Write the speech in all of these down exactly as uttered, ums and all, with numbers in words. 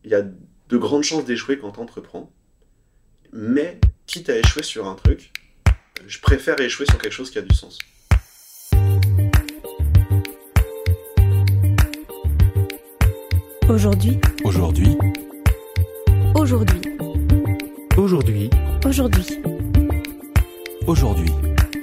il y a de grandes chances d'échouer quand tu entreprends. Mais, quitte à échouer sur un truc, je préfère échouer sur quelque chose qui a du sens. Aujourd'hui. Aujourd'hui. Aujourd'hui. Aujourd'hui. Aujourd'hui. Aujourd'hui.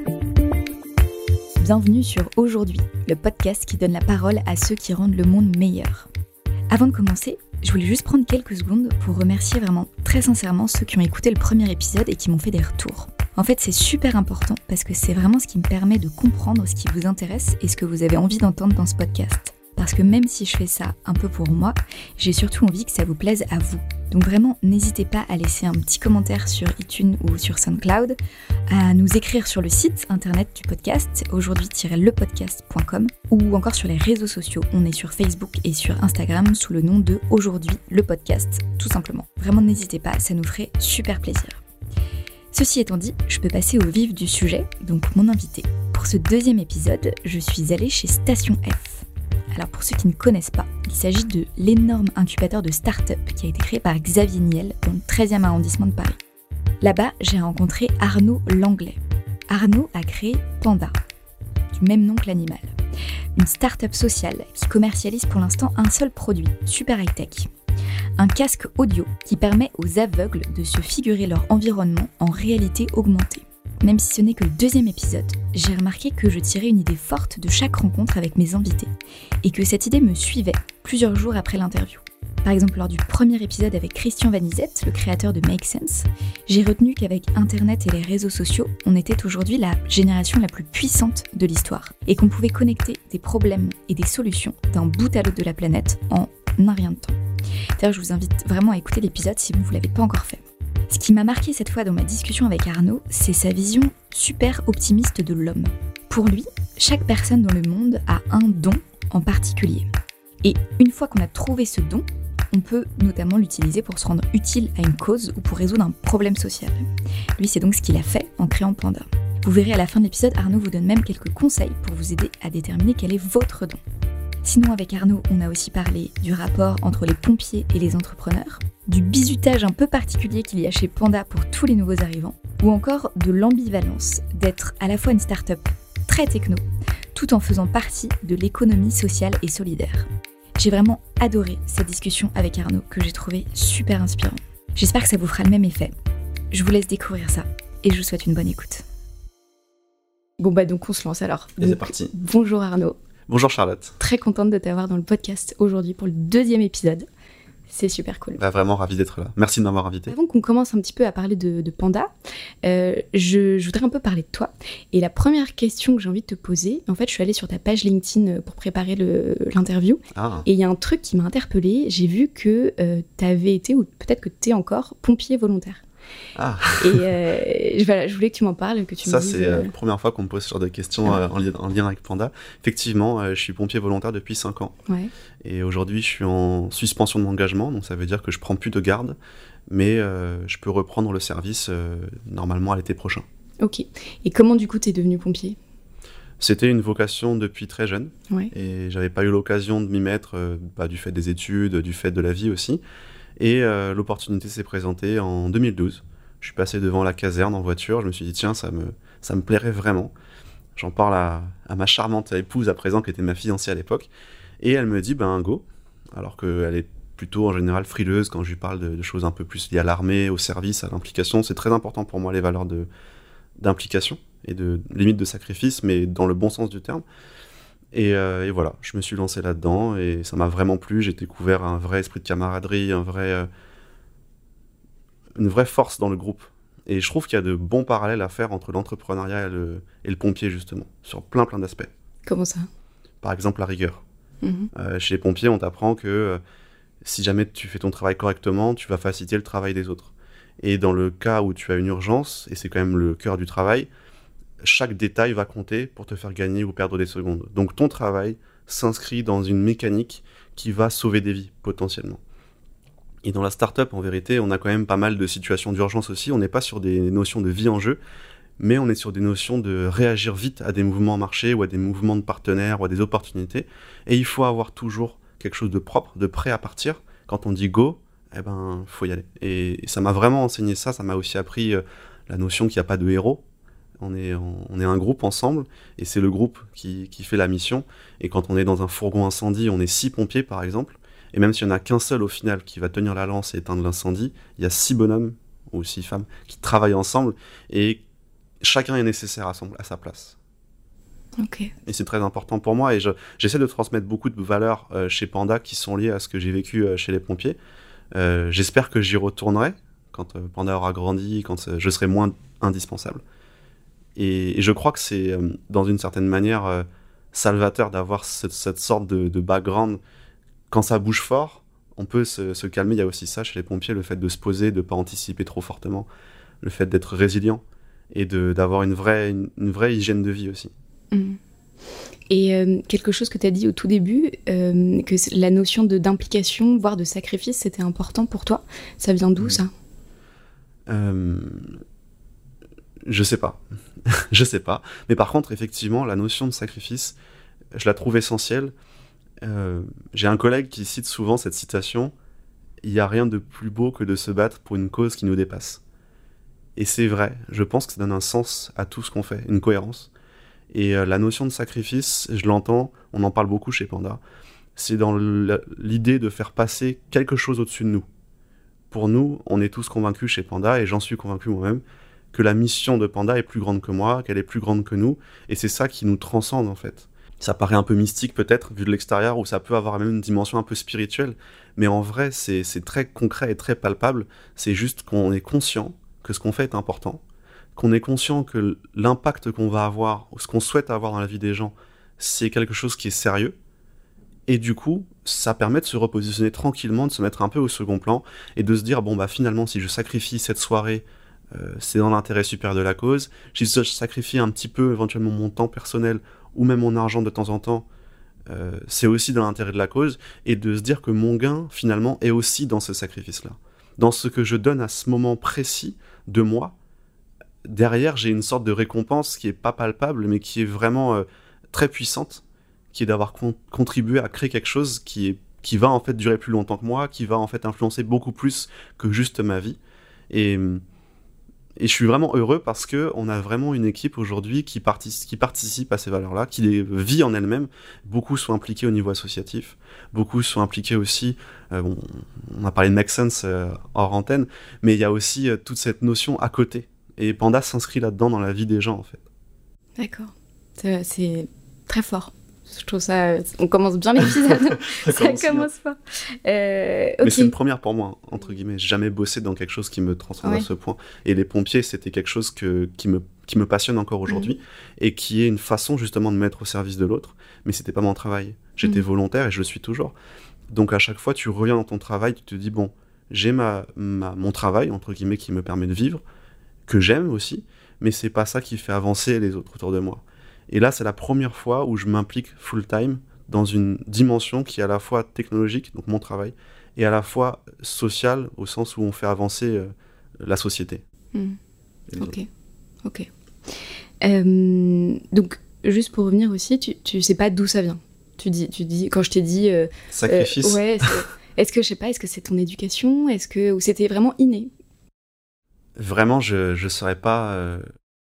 Bienvenue sur Aujourd'hui, le podcast qui donne la parole à ceux qui rendent le monde meilleur. Avant de commencer, je voulais juste prendre quelques secondes pour remercier vraiment très sincèrement ceux qui ont écouté le premier épisode et qui m'ont fait des retours. En fait, c'est super important parce que c'est vraiment ce qui me permet de comprendre ce qui vous intéresse et ce que vous avez envie d'entendre dans ce podcast. Parce que même si je fais ça un peu pour moi, j'ai surtout envie que ça vous plaise à vous. Donc vraiment, n'hésitez pas à laisser un petit commentaire sur iTunes ou sur SoundCloud, à nous écrire sur le site internet du podcast, aujourd'hui tiret le podcast point com, ou encore sur les réseaux sociaux. On est sur Facebook et sur Instagram sous le nom de Aujourd'hui le podcast, tout simplement. Vraiment, n'hésitez pas, ça nous ferait super plaisir. Ceci étant dit, je peux passer au vif du sujet, donc mon invité. Pour ce deuxième épisode, je suis allée chez Station F. Alors pour ceux qui ne connaissent pas, il s'agit de l'énorme incubateur de start-up qui a été créé par Xavier Niel dans le treizième arrondissement de Paris. Là-bas, j'ai rencontré Arnaud Langlais. Arnaud a créé Panda, du même nom que l'animal. Une start-up sociale qui commercialise pour l'instant un seul produit, super high-tech. Un casque audio qui permet aux aveugles de se figurer leur environnement en réalité augmentée. Même si ce n'est que le deuxième épisode, j'ai remarqué que je tirais une idée forte de chaque rencontre avec mes invités et que cette idée me suivait plusieurs jours après l'interview. Par exemple, lors du premier épisode avec Christian Vanizette, le créateur de Make Sense, j'ai retenu qu'avec Internet et les réseaux sociaux, on était aujourd'hui la génération la plus puissante de l'histoire et qu'on pouvait connecter des problèmes et des solutions d'un bout à l'autre de la planète en un rien de temps. D'ailleurs, je vous invite vraiment à écouter l'épisode si vous ne l'avez pas encore fait. Ce qui m'a marqué cette fois dans ma discussion avec Arnaud, c'est sa vision super optimiste de l'homme. Pour lui, chaque personne dans le monde a un don en particulier. Et une fois qu'on a trouvé ce don, on peut notamment l'utiliser pour se rendre utile à une cause ou pour résoudre un problème social. Lui, c'est donc ce qu'il a fait en créant Panda. Vous verrez à la fin de l'épisode, Arnaud vous donne même quelques conseils pour vous aider à déterminer quel est votre don. Sinon, avec Arnaud, on a aussi parlé du rapport entre les pompiers et les entrepreneurs, du bizutage un peu particulier qu'il y a chez Panda pour tous les nouveaux arrivants, ou encore de l'ambivalence d'être à la fois une start-up très techno, tout en faisant partie de l'économie sociale et solidaire. J'ai vraiment adoré cette discussion avec Arnaud, que j'ai trouvé super inspirant. J'espère que ça vous fera le même effet. Je vous laisse découvrir ça, et je vous souhaite une bonne écoute. Bon bah donc on se lance alors. Et donc, c'est parti. Bonjour Arnaud. Bonjour Charlotte. Très contente de t'avoir dans le podcast aujourd'hui pour le deuxième épisode. C'est super cool. Bah, vraiment ravi d'être là. Merci de m'avoir invité. Avant qu'on commence un petit peu à parler de, de Panda, euh, je, je voudrais un peu parler de toi. Et la première question que j'ai envie de te poser, en fait, je suis allée sur ta page LinkedIn pour préparer le, l'interview. Ah. Et il y a un truc qui m'a interpellée. J'ai vu que euh, tu avais été, ou peut-être que tu es encore, pompier volontaire. Ah. Et euh, voilà, je voulais que tu m'en parles, que tu Ça, me dises... Ça, c'est euh, la première fois qu'on me pose ce genre de questions euh, en, li- en lien avec Panda. Effectivement, euh, je suis pompier volontaire depuis cinq ans. Ouais. Et aujourd'hui, je suis en suspension de l'engagement, donc ça veut dire que je prends plus de garde, mais euh, je peux reprendre le service euh, normalement à l'été prochain. Ok. Et comment, du coup, tu es devenu pompier ? C'était une vocation depuis très jeune, ouais. Et j'avais pas eu l'occasion de m'y mettre, euh, bah, du fait des études, du fait de la vie aussi. Et euh, l'opportunité s'est présentée en deux mille douze. Je suis passé devant la caserne en voiture, je me suis dit tiens, ça me, ça me plairait vraiment. J'en parle à, à ma charmante épouse à présent, qui était ma fiancée à l'époque, et elle me dit ben go, alors qu'elle est plutôt en général frileuse quand je lui parle de, de choses un peu plus liées à l'armée, au service, à l'implication. C'est très important pour moi les valeurs de, d'implication et de limite de sacrifice, mais dans le bon sens du terme. Et, euh, et voilà, je me suis lancé là-dedans et ça m'a vraiment plu. J'ai découvert un vrai esprit de camaraderie, un vrai, euh, une vraie force dans le groupe. Et je trouve qu'il y a de bons parallèles à faire entre l'entrepreneuriat et le, et le pompier, justement, sur plein plein d'aspects. Comment ça ? Par exemple, la rigueur. Mmh. Euh, chez les pompiers, on t'apprend que euh, si jamais tu fais ton travail correctement, tu vas faciliter le travail des autres. Et dans le cas où tu as une urgence, et c'est quand même le cœur du travail, chaque détail va compter pour te faire gagner ou perdre des secondes. Donc ton travail s'inscrit dans une mécanique qui va sauver des vies, potentiellement. Et dans la start-up, en vérité, on a quand même pas mal de situations d'urgence aussi. On n'est pas sur des notions de vie en jeu, mais on est sur des notions de réagir vite à des mouvements marché ou à des mouvements de partenaires ou à des opportunités. Et il faut avoir toujours quelque chose de propre, de prêt à partir. Quand on dit go, eh ben, faut y aller. Et, et ça m'a vraiment enseigné ça. Ça m'a aussi appris euh, la notion qu'il n'y a pas de héros. On est, on, on est un groupe ensemble, et c'est le groupe qui, qui fait la mission. Et quand on est dans un fourgon incendie, on est six pompiers, par exemple. Et même s'il n'y en a qu'un seul, au final, qui va tenir la lance et éteindre l'incendie, il y a six bonhommes, ou six femmes, qui travaillent ensemble, et chacun est nécessaire à, son, à sa place. Okay. Et c'est très important pour moi, et je, j'essaie de transmettre beaucoup de valeurs euh, chez Panda qui sont liées à ce que j'ai vécu euh, chez les pompiers. Euh, j'espère que j'y retournerai quand euh, Panda aura grandi, quand euh, je serai moins indispensable. Et, et je crois que c'est, euh, dans une certaine manière, euh, salvateur d'avoir cette, cette sorte de, de background. Quand ça bouge fort, on peut se, se calmer. Il y a aussi ça chez les pompiers, le fait de se poser, de ne pas anticiper trop fortement, le fait d'être résilient et de, d'avoir une vraie, une, une vraie hygiène de vie aussi. Mmh. Et euh, quelque chose que tu as dit au tout début, euh, que la notion de, d'implication, voire de sacrifice, c'était important pour toi. Ça vient d'où, mmh. ça euh, Je sais pas. je sais pas. Mais par contre, effectivement, la notion de sacrifice, je la trouve essentielle. Euh, j'ai un collègue qui cite souvent cette citation « Il n'y a rien de plus beau que de se battre pour une cause qui nous dépasse ». Et c'est vrai. Je pense que ça donne un sens à tout ce qu'on fait, une cohérence. Et euh, la notion de sacrifice, je l'entends, on en parle beaucoup chez Panda, c'est dans l'idée de faire passer quelque chose au-dessus de nous. Pour nous, on est tous convaincus chez Panda, et j'en suis convaincu moi-même, que la mission de Panda est plus grande que moi, qu'elle est plus grande que nous, et c'est ça qui nous transcende en fait. Ça paraît un peu mystique peut-être, vu de l'extérieur, ou ça peut avoir même une dimension un peu spirituelle, mais en vrai, c'est, c'est très concret et très palpable. C'est juste qu'on est conscient que ce qu'on fait est important, qu'on est conscient que l'impact qu'on va avoir, ou ce qu'on souhaite avoir dans la vie des gens, c'est quelque chose qui est sérieux, et du coup, ça permet de se repositionner tranquillement, de se mettre un peu au second plan, et de se dire, bon bah finalement, si je sacrifie cette soirée, euh, c'est dans l'intérêt supérieur de la cause, si je sacrifie un petit peu éventuellement mon temps personnel, ou même mon argent de temps en temps, euh, c'est aussi dans l'intérêt de la cause, et de se dire que mon gain, finalement, est aussi dans ce sacrifice-là. Dans ce que je donne à ce moment précis de moi, derrière, j'ai une sorte de récompense qui n'est pas palpable, mais qui est vraiment euh, très puissante, qui est d'avoir con- contribué à créer quelque chose qui, est, qui va en fait durer plus longtemps que moi, qui va en fait influencer beaucoup plus que juste ma vie. Et... Et je suis vraiment heureux parce qu'on a vraiment une équipe aujourd'hui qui, partic- qui participe à ces valeurs-là, qui les vit en elle-même. Beaucoup sont impliqués au niveau associatif, beaucoup sont impliqués aussi, euh, bon, on a parlé de Make Sense euh, hors antenne, mais il y a aussi euh, toute cette notion à côté. Et Panda s'inscrit là-dedans dans la vie des gens en fait. D'accord, c'est, c'est très fort. Je trouve ça... On commence bien l'épisode. ça, ça commence, commence pas. Euh, okay. Mais c'est une première pour moi, entre guillemets. J'ai jamais bossé dans quelque chose qui me transcende ouais. à ce point. Et les pompiers, c'était quelque chose que, qui, me, qui me passionne encore aujourd'hui. Mmh. Et qui est une façon, justement, de mettre au service de l'autre. Mais c'était pas mon travail. J'étais mmh. volontaire et je le suis toujours. Donc, à chaque fois, tu reviens dans ton travail, tu te dis, bon, j'ai ma, ma, mon travail, entre guillemets, qui me permet de vivre, que j'aime aussi, mais c'est pas ça qui fait avancer les autres autour de moi. Et là, c'est la première fois où je m'implique full-time dans une dimension qui est à la fois technologique, donc mon travail, et à la fois sociale, au sens où on fait avancer euh, la société. Mmh. Ok, ok. Euh, donc, juste pour revenir aussi, tu, tu sais pas d'où ça vient. Tu dis, tu dis, quand je t'ai dit... Euh, Sacrifice. Euh, ouais, c'est, est-ce que, je sais pas, est-ce que c'est ton éducation, est-ce que, ou c'était vraiment inné? Vraiment, je ne saurais pas... Euh...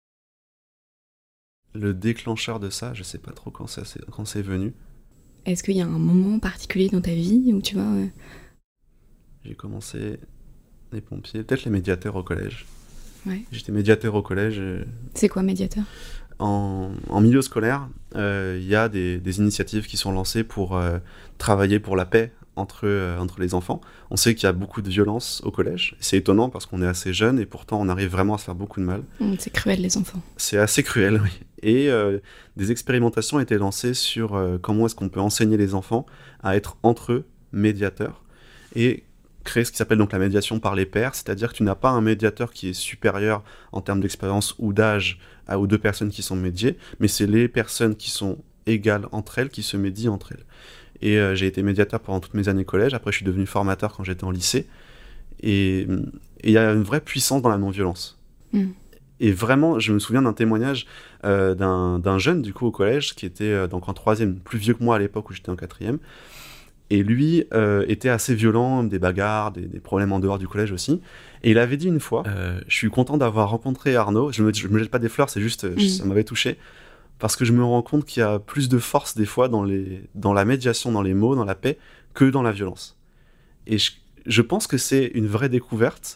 Le déclencheur de ça, je sais pas trop quand, ça, c'est, quand c'est venu. Est-ce qu'il y a un moment particulier dans ta vie où tu vois... Euh... J'ai commencé les pompiers, peut-être les médiateurs au collège. Ouais. J'étais médiateur au collège. Euh... C'est quoi médiateur ? En, en milieu scolaire, il euh, y a des, des initiatives qui sont lancées pour euh, travailler pour la paix entre, euh, entre les enfants. On sait qu'il y a beaucoup de violence au collège. C'est étonnant parce qu'on est assez jeune et pourtant on arrive vraiment à se faire beaucoup de mal. Mmh, c'est cruel les enfants. C'est assez cruel, oui. Et euh, des expérimentations étaient lancées sur euh, comment est-ce qu'on peut enseigner les enfants à être entre eux médiateurs et créer ce qui s'appelle donc la médiation par les pairs, c'est-à-dire que tu n'as pas un médiateur qui est supérieur en termes d'expérience ou d'âge à, aux deux personnes qui sont médiées, mais c'est les personnes qui sont égales entre elles qui se médient entre elles. Et euh, j'ai été médiateur pendant toutes mes années collège, après je suis devenu formateur quand j'étais en lycée, et il y a une vraie puissance dans la non-violence. Mmh. Et vraiment, je me souviens d'un témoignage euh, d'un, d'un jeune du coup au collège, qui était euh, donc en troisième, plus vieux que moi à l'époque où j'étais en quatrième, Et lui euh, était assez violent, des bagarres, des, des problèmes en dehors du collège aussi. Et il avait dit une fois, euh, je suis content d'avoir rencontré Arnaud, je me, je me jette pas des fleurs, c'est juste, mmh. ça m'avait touché, parce que je me rends compte qu'il y a plus de force des fois dans, les, dans la médiation, dans les mots, dans la paix, que dans la violence. Et je, je pense que c'est une vraie découverte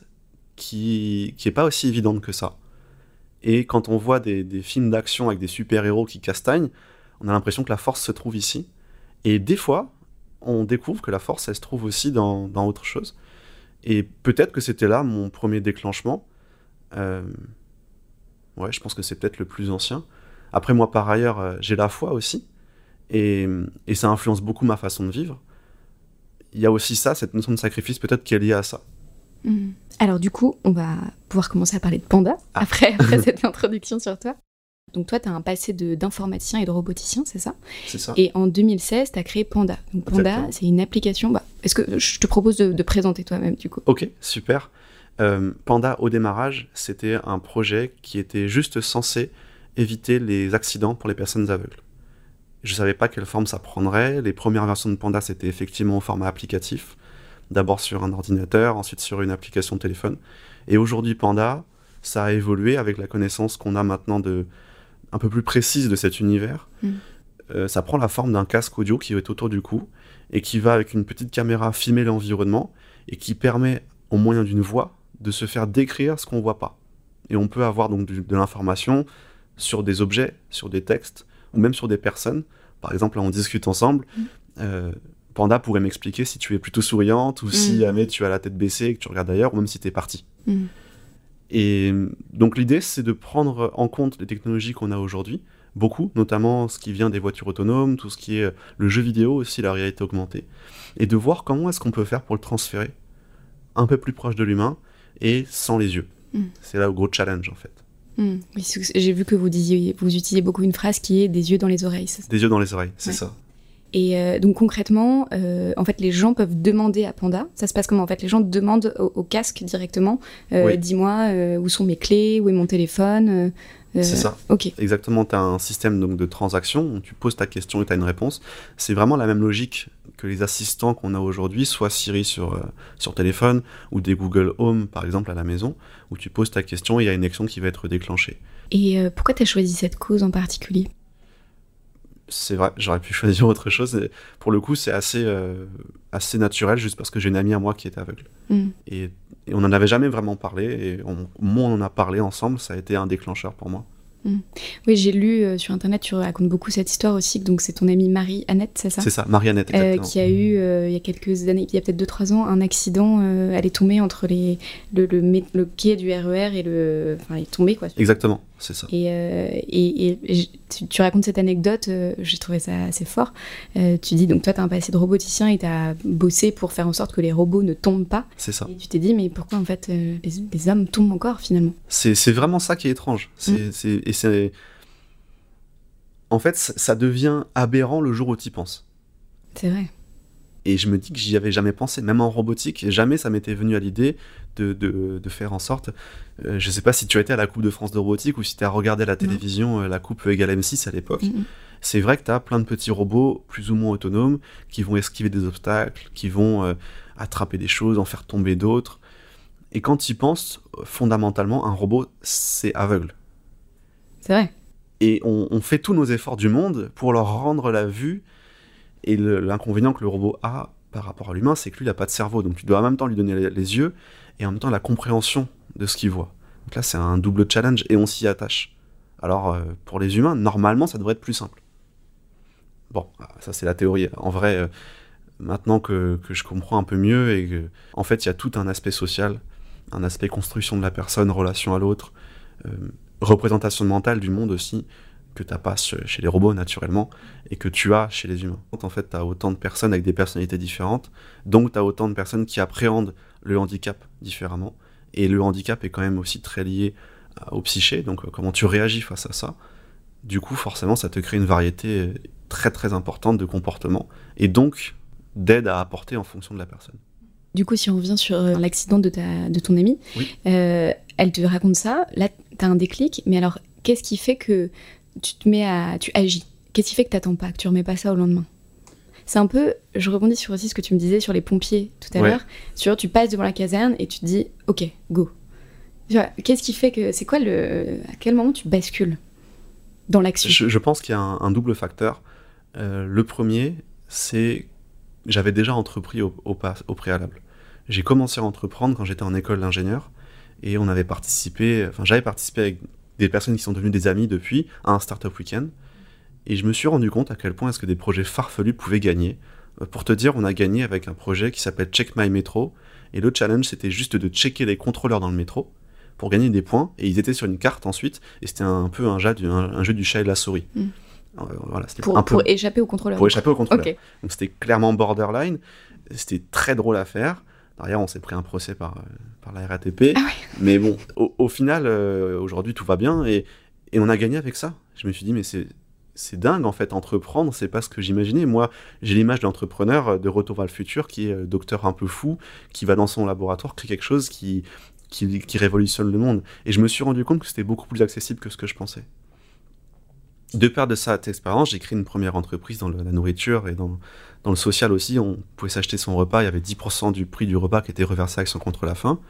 qui, qui est pas aussi évidente que ça. Et quand on voit des, des films d'action avec des super-héros qui castagnent, on a l'impression que la force se trouve ici. Et des fois, on découvre que la force, elle se trouve aussi dans, dans autre chose. Et peut-être que c'était là mon premier déclenchement. Euh... Ouais, je pense que c'est peut-être le plus ancien. Après, moi, par ailleurs, euh, j'ai la foi aussi. Et, et ça influence beaucoup ma façon de vivre. Il y a aussi ça, cette notion de sacrifice, peut-être qui est liée à ça. Mmh. Alors du coup, on va pouvoir commencer à parler de Panda, ah. après, après cette introduction sur toi. Donc toi, tu as un passé de, d'informaticien et de roboticien, c'est ça ? C'est ça. Et en deux mille seize, tu as créé Panda. Donc Panda, exactement. C'est une application... Bah, est-ce que je te propose de, de présenter toi-même, du coup ? Ok, super. Euh, Panda, au démarrage, c'était un projet qui était juste censé éviter les accidents pour les personnes aveugles. Je ne savais pas quelle forme ça prendrait. Les premières versions de Panda, c'était effectivement au format applicatif. D'abord sur un ordinateur, ensuite sur une application de téléphone. Et aujourd'hui, Panda, ça a évolué avec la connaissance qu'on a maintenant de... un peu plus précise de cet univers. Mmh. Euh, ça prend la forme d'un casque audio qui est autour du cou et qui va, avec une petite caméra, filmer l'environnement et qui permet, au moyen d'une voix, de se faire décrire ce qu'on ne voit pas. Et on peut avoir donc du, de l'information sur des objets, sur des textes, ou même sur des personnes. Par exemple, là, on discute ensemble. Mmh. Euh, Panda pourrait m'expliquer si tu es plutôt souriante ou mmh. si jamais tu as la tête baissée et que tu regardes ailleurs, ou même si tu es partie. Mmh. Et donc l'idée, c'est de prendre en compte les technologies qu'on a aujourd'hui, beaucoup, notamment ce qui vient des voitures autonomes, tout ce qui est le jeu vidéo aussi, la réalité augmentée, et de voir comment est-ce qu'on peut faire pour le transférer un peu plus proche de l'humain et sans les yeux. Mmh. C'est là le gros challenge en fait. Mmh. J'ai vu que vous, disiez, vous utilisez beaucoup une phrase qui est « des yeux dans les oreilles ». Des yeux dans les oreilles, c'est ouais. ça. Et euh, donc concrètement, euh, en fait, les gens peuvent demander à Panda. Ça se passe comment ? En fait, les gens demandent au, au casque directement. Euh, oui. Dis-moi euh, où sont mes clés, où est mon téléphone. Euh, c'est ça. Ok. Exactement. Tu as un système donc de transaction. Tu poses ta question et tu as une réponse. C'est vraiment la même logique que les assistants qu'on a aujourd'hui, soit Siri sur euh, sur téléphone ou des Google Home par exemple à la maison, où tu poses ta question et il y a une action qui va être déclenchée. Et euh, pourquoi tu as choisi cette cause en particulier ? C'est vrai, j'aurais pu choisir autre chose. Et pour le coup, c'est assez, euh, assez naturel, juste parce que j'ai une amie à moi qui était aveugle. Mm. Et, et on n'en avait jamais vraiment parlé. Et on, au moment où on en a parlé ensemble, ça a été un déclencheur pour moi. Mm. Oui, j'ai lu euh, sur Internet, tu racontes beaucoup cette histoire aussi. Donc c'est ton amie Marie-Annette, c'est ça ? C'est ça, Marie-Annette, exactement. Euh, qui a eu, euh, il y a quelques années, il y a peut-être deux trois ans, un accident. Euh, elle est tombée entre les, le, le, le, le quai du R E R et le... Enfin, elle est tombée, quoi. Exactement, c'est ça. Et, euh, et, et, et tu, tu racontes cette anecdote, euh, j'ai trouvé ça assez fort. Euh, tu dis, donc toi, tu as un passé de roboticien et tu as bossé pour faire en sorte que les robots ne tombent pas. C'est ça. Et tu t'es dit, mais pourquoi, en fait, euh, les, les hommes tombent encore, finalement ? C'est, c'est vraiment ça qui est étrange. C'est, mmh. c'est, et c'est... En fait, ça devient aberrant le jour où tu y penses. C'est vrai. Et je me dis que j'y avais jamais pensé, même en robotique, jamais ça m'était venu à l'idée de, de, de faire en sorte... Euh, je sais pas si tu as été à la Coupe de France de robotique ou si tu as regardé à la télévision euh, la Coupe égale M six à l'époque. Mm-hmm. C'est vrai que tu as plein de petits robots plus ou moins autonomes qui vont esquiver des obstacles, qui vont euh, attraper des choses, en faire tomber d'autres. Et quand tu y penses, fondamentalement, un robot, c'est aveugle. C'est vrai. Et on, on fait tous nos efforts du monde pour leur rendre la vue. Et le, l'inconvénient que le robot a par rapport à l'humain, c'est que lui, il n'a pas de cerveau. Donc tu dois en même temps lui donner les, les yeux et en même temps la compréhension de ce qu'il voit. Donc là, c'est un double challenge et on s'y attache. Alors, euh, pour les humains, normalement, ça devrait être plus simple. Bon, ça, c'est la théorie. En vrai, euh, maintenant que, que je comprends un peu mieux et que, en fait, il y a tout un aspect social, un aspect construction de la personne, relation à l'autre, euh, représentation mentale du monde aussi, que tu n'as pas chez les robots naturellement, et que tu as chez les humains. En fait, tu as autant de personnes avec des personnalités différentes, donc tu as autant de personnes qui appréhendent le handicap différemment, et le handicap est quand même aussi très lié au psyché, donc euh, comment tu réagis face à ça. Du coup, forcément, ça te crée une variété très très importante de comportements, et donc d'aide à apporter en fonction de la personne. Du coup, si on revient sur euh, l'accident de, ta, de ton amie, oui. euh, elle te raconte ça, là, tu as un déclic, mais alors, qu'est-ce qui fait que tu te mets à... tu agis ? Qu'est-ce qui fait que tu n'attends pas, que tu remets pas ça au lendemain ? C'est un peu, je rebondis sur aussi ce que tu me disais sur les pompiers tout à Ouais. l'heure. Sur, tu passes devant la caserne et tu te dis, ok, go. Tu vois, qu'est-ce qui fait que, c'est quoi le, à quel moment tu bascules dans l'action? Je, je pense qu'il y a un, un double facteur. Euh, le premier, c'est j'avais déjà entrepris au, au, pas- au préalable. J'ai commencé à entreprendre quand j'étais en école d'ingénieur et on avait participé, enfin j'avais participé avec des personnes qui sont devenues des amis depuis à un startup week-end et je me suis rendu compte à quel point est-ce que des projets farfelus pouvaient gagner. Euh, Pour te dire, on a gagné avec un projet qui s'appelle Check My Metro et le challenge c'était juste de checker les contrôleurs dans le métro pour gagner des points et ils étaient sur une carte ensuite et c'était un peu un jeu du, un, un jeu du chat et de la souris. Mm. Euh, voilà, c'était Pour, un peu pour échapper au contrôleur. pour échapper au contrôleur. Ok. Donc c'était clairement borderline, c'était très drôle à faire. D'ailleurs, on s'est pris un procès par, euh, par la R A T P. Ah ouais. Mais bon, au, au final, euh, aujourd'hui, tout va bien et, et on a gagné avec ça. Je me suis dit, mais c'est, c'est dingue en fait, entreprendre, c'est pas ce que j'imaginais. Moi, j'ai l'image de l'entrepreneur euh, de Retour vers le futur qui est euh, docteur un peu fou, qui va dans son laboratoire, crée quelque chose qui, qui, qui révolutionne le monde. Et je me suis rendu compte que c'était beaucoup plus accessible que ce que je pensais. De part de cette expérience, j'ai créé une première entreprise dans le- la nourriture et dans, dans le social aussi. On pouvait s'acheter son repas, il y avait dix pour cent du prix du repas qui était reversé à Action contre la faim.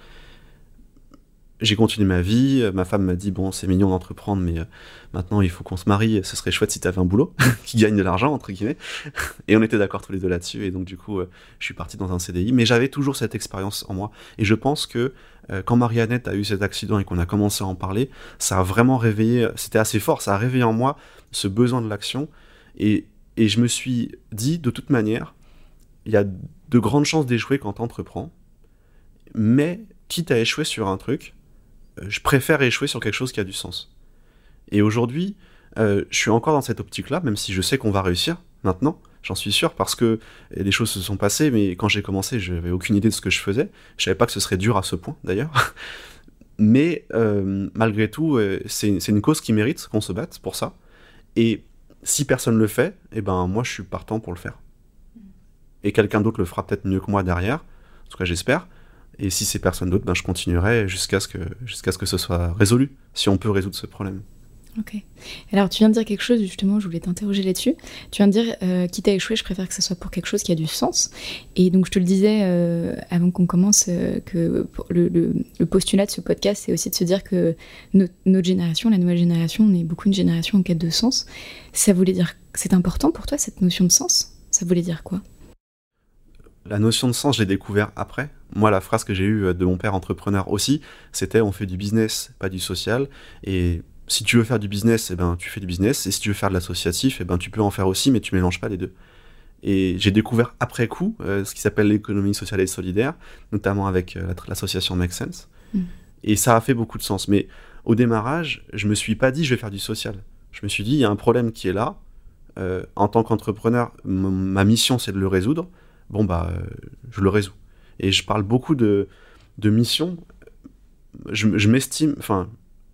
J'ai continué ma vie, euh, ma femme m'a dit bon c'est mignon d'entreprendre mais euh, maintenant il faut qu'on se marie, ce serait chouette si t'avais un boulot qui gagne de l'argent entre guillemets. Et on était d'accord tous les deux là-dessus et donc du coup euh, je suis parti dans un C D I mais j'avais toujours cette expérience en moi et je pense que euh, quand Marie-Annette a eu cet accident et qu'on a commencé à en parler, ça a vraiment réveillé, c'était assez fort, ça a réveillé en moi ce besoin de l'action et, et je me suis dit de toute manière il y a de grandes chances d'échouer quand t'entreprends mais quitte à échouer sur un truc, euh, je préfère échouer sur quelque chose qui a du sens. Et aujourd'hui, euh, je suis encore dans cette optique-là, même si je sais qu'on va réussir maintenant, j'en suis sûr, parce que les choses se sont passées, mais quand j'ai commencé, je n'avais aucune idée de ce que je faisais. Je savais pas que ce serait dur à ce point, d'ailleurs. Mais euh, malgré tout, euh, c'est, c'est une cause qui mérite qu'on se batte pour ça. Et si personne le fait, eh ben moi, je suis partant pour le faire. Et quelqu'un d'autre le fera peut-être mieux que moi derrière, en tout cas j'espère. Et si c'est personne d'autre, ben je continuerai jusqu'à ce que, jusqu'à ce que ce soit résolu, si on peut résoudre ce problème. Ok. Alors, tu viens de dire quelque chose, justement, je voulais t'interroger là-dessus. Tu viens de dire, euh, quitte à échouer, je préfère que ce soit pour quelque chose qui a du sens. Et donc, je te le disais euh, avant qu'on commence, euh, que pour le, le, le postulat de ce podcast, c'est aussi de se dire que no- notre génération, la nouvelle génération, on est beaucoup une génération en quête de sens. Ça voulait dire, c'est important pour toi, cette notion de sens? Ça voulait dire quoi? La notion de sens, je l'ai découvert après. Moi, la phrase que j'ai eue de mon père entrepreneur aussi, c'était on fait du business, pas du social. Et si tu veux faire du business, eh ben, tu fais du business. Et si tu veux faire de l'associatif, eh ben, tu peux en faire aussi, mais tu mélanges pas les deux. Et j'ai découvert après coup euh, ce qui s'appelle l'économie sociale et solidaire, notamment avec euh, l'association Make Sense. Mm. Et ça a fait beaucoup de sens. Mais au démarrage, je me suis pas dit je vais faire du social. Je me suis dit il y a un problème qui est là. Euh, en tant qu'entrepreneur, m- ma mission c'est de le résoudre. Bon bah euh, je le résous. Et je parle beaucoup de, de mission. Je, je m'estime, enfin,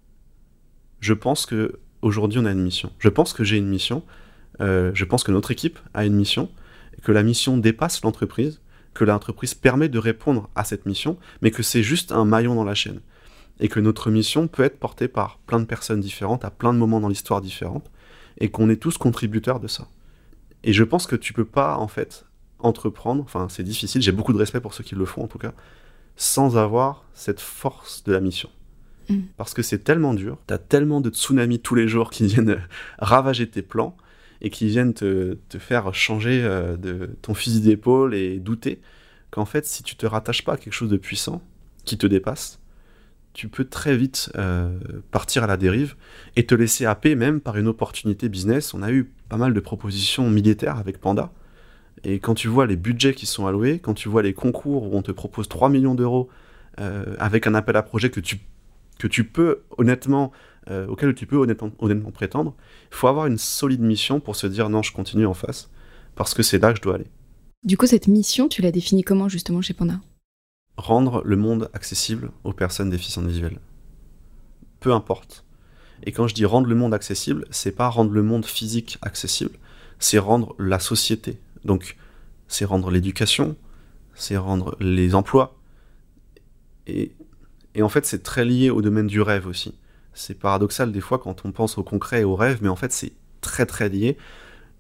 je pense que aujourd'hui on a une mission. Je pense que j'ai une mission. Euh, je pense que notre équipe a une mission, que la mission dépasse l'entreprise, que l'entreprise permet de répondre à cette mission, mais que c'est juste un maillon dans la chaîne. Et que notre mission peut être portée par plein de personnes différentes, à plein de moments dans l'histoire différentes, et qu'on est tous contributeurs de ça. Et je pense que tu peux pas, en fait, entreprendre, enfin c'est difficile, j'ai beaucoup de respect pour ceux qui le font en tout cas, sans avoir cette force de la mission. Mm. Parce que c'est tellement dur, t'as tellement de tsunamis tous les jours qui viennent ravager tes plans, et qui viennent te, te faire changer euh, de ton fusil d'épaule et douter, qu'en fait si tu te rattaches pas à quelque chose de puissant, qui te dépasse, tu peux très vite euh, partir à la dérive, et te laisser happer même par une opportunité business. On a eu pas mal de propositions militaires avec Panda, et quand tu vois les budgets qui sont alloués, quand tu vois les concours où on te propose trois millions d'euros euh, avec un appel à projet que tu, que tu peux honnêtement, euh, auquel tu peux honnêtement, honnêtement prétendre, il faut avoir une solide mission pour se dire non, je continue en face, parce que c'est là que je dois aller. Du coup, cette mission, tu l'as définie comment justement chez Panda? Rendre le monde accessible aux personnes déficientes visuelles. Peu importe. Et quand je dis rendre le monde accessible, c'est pas rendre le monde physique accessible, c'est rendre la société. Donc, c'est rendre l'éducation, c'est rendre les emplois. Et, et en fait, c'est très lié au domaine du rêve aussi. C'est paradoxal des fois quand on pense au concret et au rêve, mais en fait, c'est très très lié.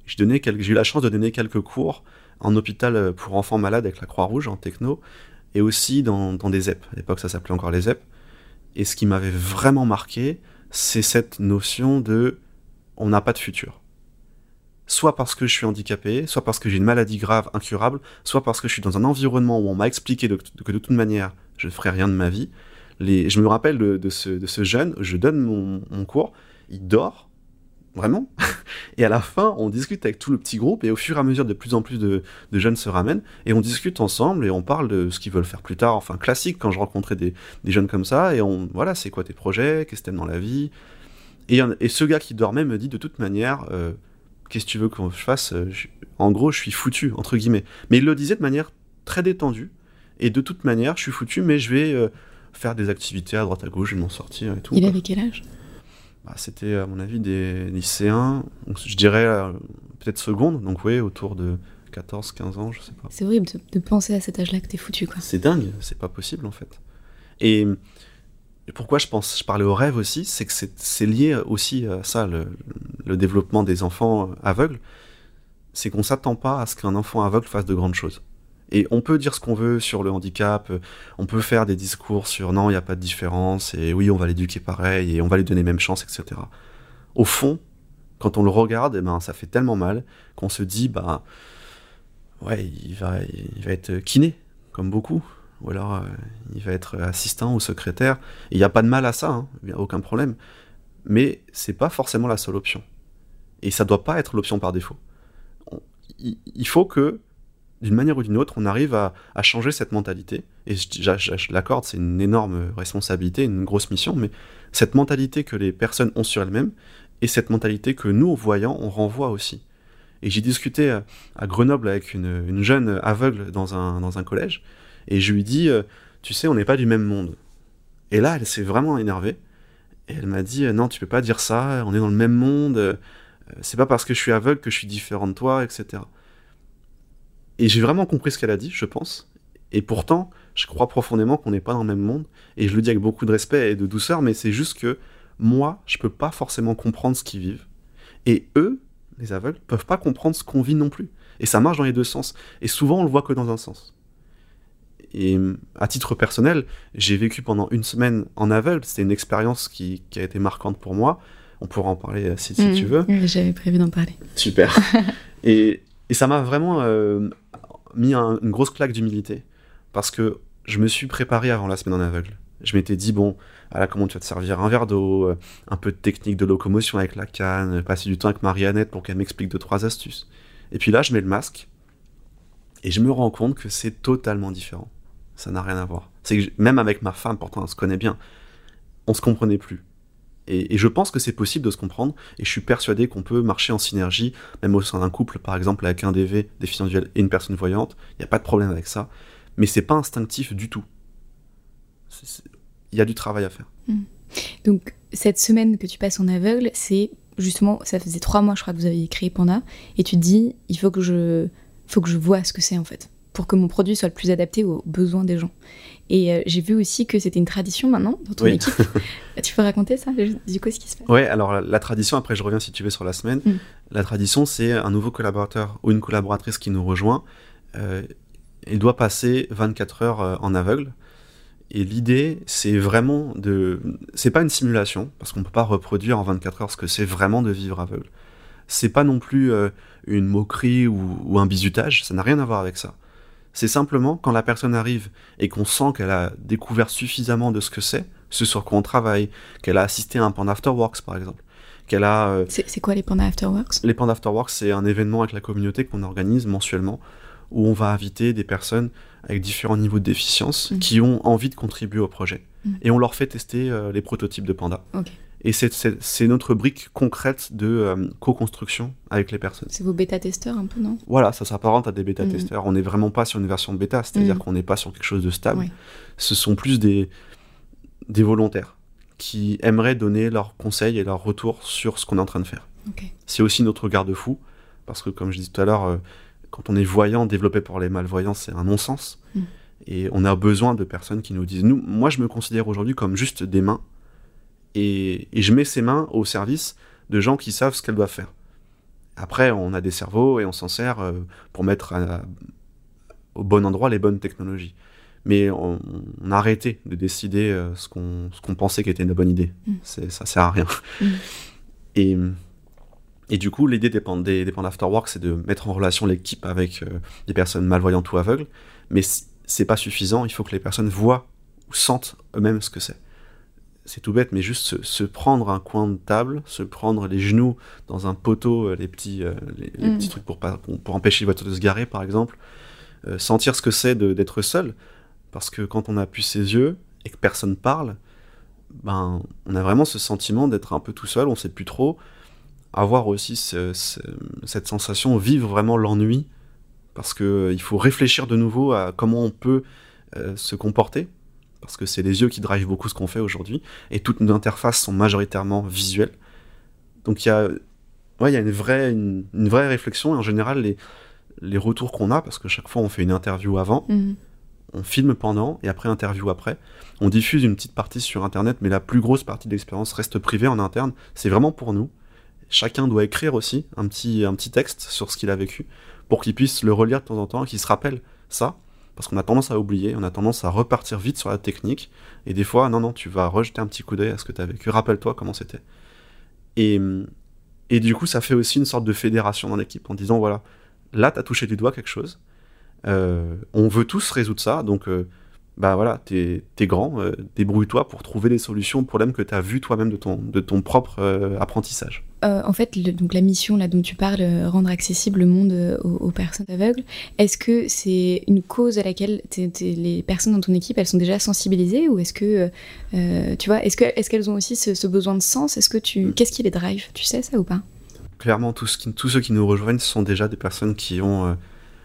j'ai, donné quelques, j'ai eu la chance de donner quelques cours en hôpital pour enfants malades avec la Croix-Rouge, en techno, et aussi dans, dans des E P. À l'époque, ça s'appelait encore les E P. Et ce qui m'avait vraiment marqué, c'est cette notion de « on n'a pas de futur ». Soit parce que je suis handicapé, soit parce que j'ai une maladie grave, incurable, soit parce que je suis dans un environnement où on m'a expliqué de, de, que de toute manière, je ne ferai rien de ma vie. Les, je me rappelle de, de, ce, de ce jeune, je donne mon, mon cours, il dort, vraiment, et à la fin, on discute avec tout le petit groupe, et au fur et à mesure, de plus en plus de, de jeunes se ramènent, et on discute ensemble, et on parle de ce qu'ils veulent faire plus tard, enfin classique, quand je rencontrais des, des jeunes comme ça, et on, voilà, c'est quoi tes projets, qu'est-ce que t'aimes dans la vie, et, et ce gars qui dormait me dit, de toute manière... Euh, qu'est-ce que tu veux que je fasse ? je... En gros, je suis foutu, entre guillemets. Mais il le disait de manière très détendue. Et de toute manière, je suis foutu, mais je vais euh, faire des activités à droite à gauche, je vais m'en sortir et tout. Il avait quel âge ? bah, C'était, à mon avis, des lycéens. Donc, je dirais euh, peut-être seconde. Donc, oui, autour de quatorze quinze ans, je sais pas. C'est horrible de, de penser à cet âge-là que t'es foutu, quoi. C'est dingue, c'est pas possible, en fait. Et... Et pourquoi je pense, je parlais au rêve aussi, c'est que c'est, c'est lié aussi à ça, le, le développement des enfants aveugles, c'est qu'on s'attend pas à ce qu'un enfant aveugle fasse de grandes choses. Et on peut dire ce qu'on veut sur le handicap, on peut faire des discours sur non, il n'y a pas de différence, et oui, on va l'éduquer pareil, et on va lui donner les mêmes chances, et cetera. Au fond, quand on le regarde, eh ben, ça fait tellement mal qu'on se dit, bah, ouais, il va, il va être kiné, comme beaucoup. Ou alors euh, il va être assistant ou secrétaire. Il n'y a pas de mal à ça, il n'y a aucun problème. Mais c'est pas forcément la seule option. Et ça doit pas être l'option par défaut. On, il, il faut que, d'une manière ou d'une autre, on arrive à, à changer cette mentalité. Et je, je, je, je l'accorde, c'est une énorme responsabilité, une grosse mission, mais cette mentalité que les personnes ont sur elles-mêmes, et cette mentalité que nous, voyants, on renvoie aussi. Et j'ai discuté à, à Grenoble avec une, une jeune aveugle dans un, dans un collège, et je lui dis, euh, tu sais, on n'est pas du même monde. Et là, elle s'est vraiment énervée. Et elle m'a dit, euh, non, tu peux pas dire ça, on est dans le même monde, euh, c'est pas parce que je suis aveugle que je suis différent de toi, et cetera. Et j'ai vraiment compris ce qu'elle a dit, je pense. Et pourtant, je crois profondément qu'on n'est pas dans le même monde. Et je le dis avec beaucoup de respect et de douceur, mais c'est juste que moi, je peux pas forcément comprendre ce qu'ils vivent. Et eux, les aveugles, peuvent pas comprendre ce qu'on vit non plus. Et ça marche dans les deux sens. Et souvent, on le voit que dans un sens. Et à titre personnel, j'ai vécu pendant une semaine en aveugle. C'était une expérience qui, qui a été marquante pour moi. On pourra en parler si, si mmh, tu veux. Oui, j'avais prévu d'en parler. Super. et, et ça m'a vraiment euh, mis un, une grosse claque d'humilité. Parce que je me suis préparé avant la semaine en aveugle. Je m'étais dit, bon, voilà, comment tu vas te servir un verre d'eau, un peu de technique de locomotion avec la canne, passer du temps avec Mariannette pour qu'elle m'explique deux, trois astuces. Et puis là, je mets le masque et je me rends compte que c'est totalement différent. Ça n'a rien à voir. C'est que même avec ma femme, pourtant on se connaît bien, on se comprenait plus. Et, et je pense que c'est possible de se comprendre, et je suis persuadé qu'on peut marcher en synergie, même au sein d'un couple, par exemple avec un D V, déficient visuel, et une personne voyante, il n'y a pas de problème avec ça, mais c'est pas instinctif du tout. Il y a du travail à faire. Mmh. Donc cette semaine que tu passes en aveugle, c'est justement, ça faisait trois mois je crois que vous aviez créé Panda, et tu te dis, il faut que je, faut que je vois ce que c'est en fait, pour que mon produit soit le plus adapté aux besoins des gens. Et euh, j'ai vu aussi que c'était une tradition maintenant dans ton oui. équipe. Tu peux raconter ça, du coup, ce qui se passe ? Ouais, alors la, la tradition, après je reviens si tu veux sur la semaine, mm. la tradition c'est un nouveau collaborateur ou une collaboratrice qui nous rejoint, euh, il doit passer vingt-quatre heures euh, en aveugle, et l'idée c'est vraiment de... C'est pas une simulation, parce qu'on peut pas reproduire en vingt-quatre heures ce que c'est vraiment de vivre aveugle. C'est pas non plus euh, une moquerie ou, ou un bizutage, ça n'a rien à voir avec ça. C'est simplement quand la personne arrive et qu'on sent qu'elle a découvert suffisamment de ce que c'est, ce sur quoi on travaille, qu'elle a assisté à un Panda Afterworks par exemple, qu'elle a... Euh, c'est, c'est quoi les Panda Afterworks ? Les Panda Afterworks, c'est un événement avec la communauté qu'on organise mensuellement, où on va inviter des personnes avec différents niveaux de déficience mmh. qui ont envie de contribuer au projet. Mmh. Et on leur fait tester euh, les prototypes de Panda. Okay. Et c'est, c'est, c'est notre brique concrète de euh, co-construction avec les personnes. C'est vos bêta-testeurs un peu, non ? Voilà, ça s'apparente à des bêta-testeurs. Mmh. On n'est vraiment pas sur une version bêta, c'est-à-dire mmh. qu'on n'est pas sur quelque chose de stable. Oui. Ce sont plus des, des volontaires qui aimeraient donner leurs conseils et leurs retours sur ce qu'on est en train de faire. Okay. C'est aussi notre garde-fou, parce que comme je disais tout à l'heure, euh, quand on est voyant, développé par les malvoyants, c'est un non-sens. Mmh. Et on a besoin de personnes qui nous disent... Nous, moi, je me considère aujourd'hui comme juste des mains, Et, et je mets ces mains au service de gens qui savent ce qu'elles doivent faire. Après, on a des cerveaux et on s'en sert euh, pour mettre à, à, au bon endroit les bonnes technologies. Mais on, on a arrêté de décider euh, ce, qu'on, ce qu'on pensait qui était une bonne idée. Mm. C'est, ça sert à rien. Mm. Et, et du coup, l'idée des Panda, des, des Panda After Work, c'est de mettre en relation l'équipe avec euh, des personnes malvoyantes ou aveugles. Mais c'est pas suffisant, il faut que les personnes voient ou sentent eux-mêmes ce que c'est. C'est tout bête, mais juste se, se prendre un coin de table, se prendre les genoux dans un poteau, les petits, euh, les, les mm. petits trucs pour, pour, pour empêcher votre voiture de se garer, par exemple. Euh, sentir ce que c'est de, d'être seul. Parce que quand on appuie ses yeux et que personne parle, ben, on a vraiment ce sentiment d'être un peu tout seul, on sait plus trop. Avoir aussi ce, ce, cette sensation, vivre vraiment l'ennui, parce qu'il euh, faut réfléchir de nouveau à comment on peut euh, se comporter, parce que c'est les yeux qui drivent beaucoup ce qu'on fait aujourd'hui, et toutes nos interfaces sont majoritairement visuelles. Donc il y a, ouais, y a une, vraie, une, une vraie réflexion, et en général, les, les retours qu'on a, parce que chaque fois on fait une interview avant, mmh. on filme pendant, et après interview après, on diffuse une petite partie sur Internet, mais la plus grosse partie de l'expérience reste privée en interne, c'est vraiment pour nous. Chacun doit écrire aussi un petit, un petit texte sur ce qu'il a vécu, pour qu'il puisse le relire de temps en temps, et qu'il se rappelle ça, parce qu'on a tendance à oublier, on a tendance à repartir vite sur la technique, et des fois, non, non, tu vas rejeter un petit coup d'œil à ce que tu as vécu, rappelle-toi comment c'était. Et, et du coup, ça fait aussi une sorte de fédération dans l'équipe, en disant, voilà, là, tu as touché du doigt quelque chose, euh, on veut tous résoudre ça, donc, euh, bah voilà, t'es, t'es grand, euh, débrouille-toi pour trouver des solutions aux problèmes que tu as vus toi-même de ton, de ton propre euh, apprentissage. Euh, en fait, le, donc la mission là dont tu parles, euh, rendre accessible le monde euh, aux, aux personnes aveugles, est-ce que c'est une cause à laquelle t'es, t'es, les personnes dans ton équipe, elles sont déjà sensibilisées, ou est-ce que, euh, tu vois, est-ce, que, est-ce qu'elles ont aussi ce, ce besoin de sens? Est-ce que tu, mmh. Qu'est-ce qui les drive? Tu sais ça ou pas? Clairement, tous, qui, tous ceux qui nous rejoignent sont déjà des personnes qui ont... Euh,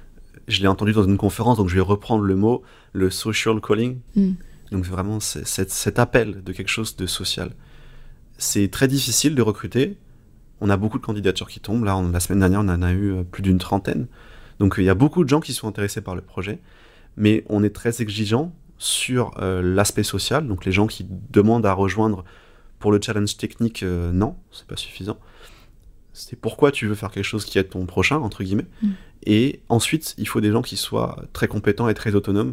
je l'ai entendu dans une conférence, donc je vais reprendre le mot, le social calling. Mm. Donc vraiment, c'est, c'est, cet appel de quelque chose de social. C'est très difficile de recruter. On a beaucoup de candidatures qui tombent. Là, on, la semaine dernière, on en a eu plus d'une trentaine. Donc il y a beaucoup de gens qui sont intéressés par le projet. Mais on est très exigeant sur euh, l'aspect social. Donc les gens qui demandent à rejoindre pour le challenge technique, euh, non, c'est pas suffisant. C'est pourquoi tu veux faire quelque chose qui est ton prochain, entre guillemets. Mm. Et ensuite, il faut des gens qui soient très compétents et très autonomes,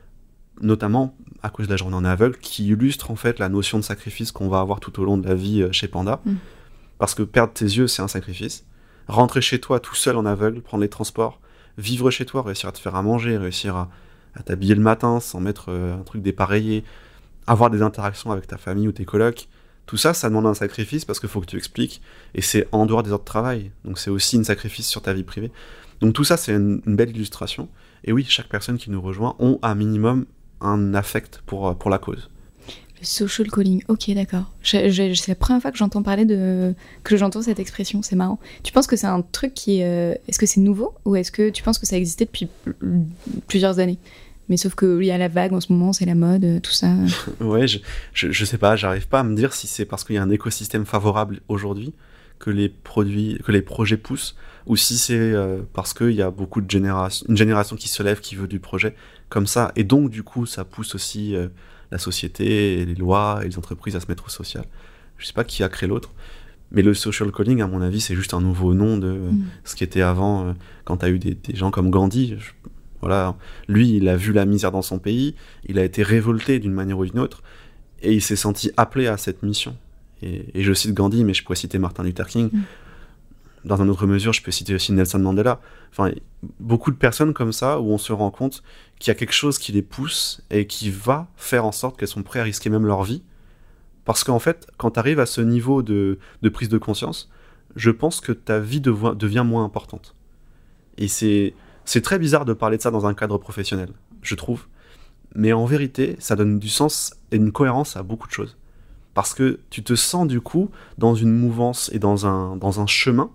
notamment à cause de la journée en aveugle, qui illustre en fait la notion de sacrifice qu'on va avoir tout au long de la vie chez Panda. Mm. Parce que perdre tes yeux, c'est un sacrifice. Rentrer chez toi tout seul en aveugle, prendre les transports, vivre chez toi, réussir à te faire à manger, réussir à, à t'habiller le matin sans mettre euh, un truc dépareillé, avoir des interactions avec ta famille ou tes colocs, tout ça, ça demande un sacrifice parce qu'il faut que tu expliques, et c'est en dehors des heures de travail, donc c'est aussi un sacrifice sur ta vie privée. Donc tout ça, c'est une, une belle illustration, et oui, chaque personne qui nous rejoint ont un minimum un affect pour, pour la cause. Le social calling, ok, d'accord. Je, je, c'est la première fois que j'entends parler de... que j'entends cette expression, c'est marrant. Tu penses que c'est un truc qui... Euh... Est-ce que c'est nouveau, ou est-ce que tu penses que ça existait depuis plusieurs années ? Mais sauf qu'il y a la vague en ce moment, c'est la mode, tout ça. Ouais, je, je, je sais pas, j'arrive pas à me dire si c'est parce qu'il y a un écosystème favorable aujourd'hui que les produits, que les projets poussent, ou si c'est euh, parce qu'il y a beaucoup de générations, une génération qui se lève, qui veut du projet comme ça, et donc du coup ça pousse aussi euh, la société, et les lois et les entreprises à se mettre au social. Je sais pas qui a créé l'autre, mais le social calling, à mon avis, c'est juste un nouveau nom de euh, mm. ce qui était avant, euh, quand t'as eu des, des gens comme Gandhi. Je, Voilà, lui, il a vu la misère dans son pays, il a été révolté d'une manière ou d'une autre, et il s'est senti appelé à cette mission. Et, et je cite Gandhi, mais je pourrais citer Martin Luther King. Mm. Dans une autre mesure, je peux citer aussi Nelson Mandela. Enfin, beaucoup de personnes comme ça, où on se rend compte qu'il y a quelque chose qui les pousse et qui va faire en sorte qu'elles sont prêtes à risquer même leur vie. Parce qu'en fait, quand tu arrives à ce niveau de, de prise de conscience, je pense que ta vie dev- devient moins importante. Et c'est... C'est très bizarre de parler de ça dans un cadre professionnel, je trouve. Mais en vérité, ça donne du sens et une cohérence à beaucoup de choses. Parce que tu te sens du coup dans une mouvance et dans un, dans un chemin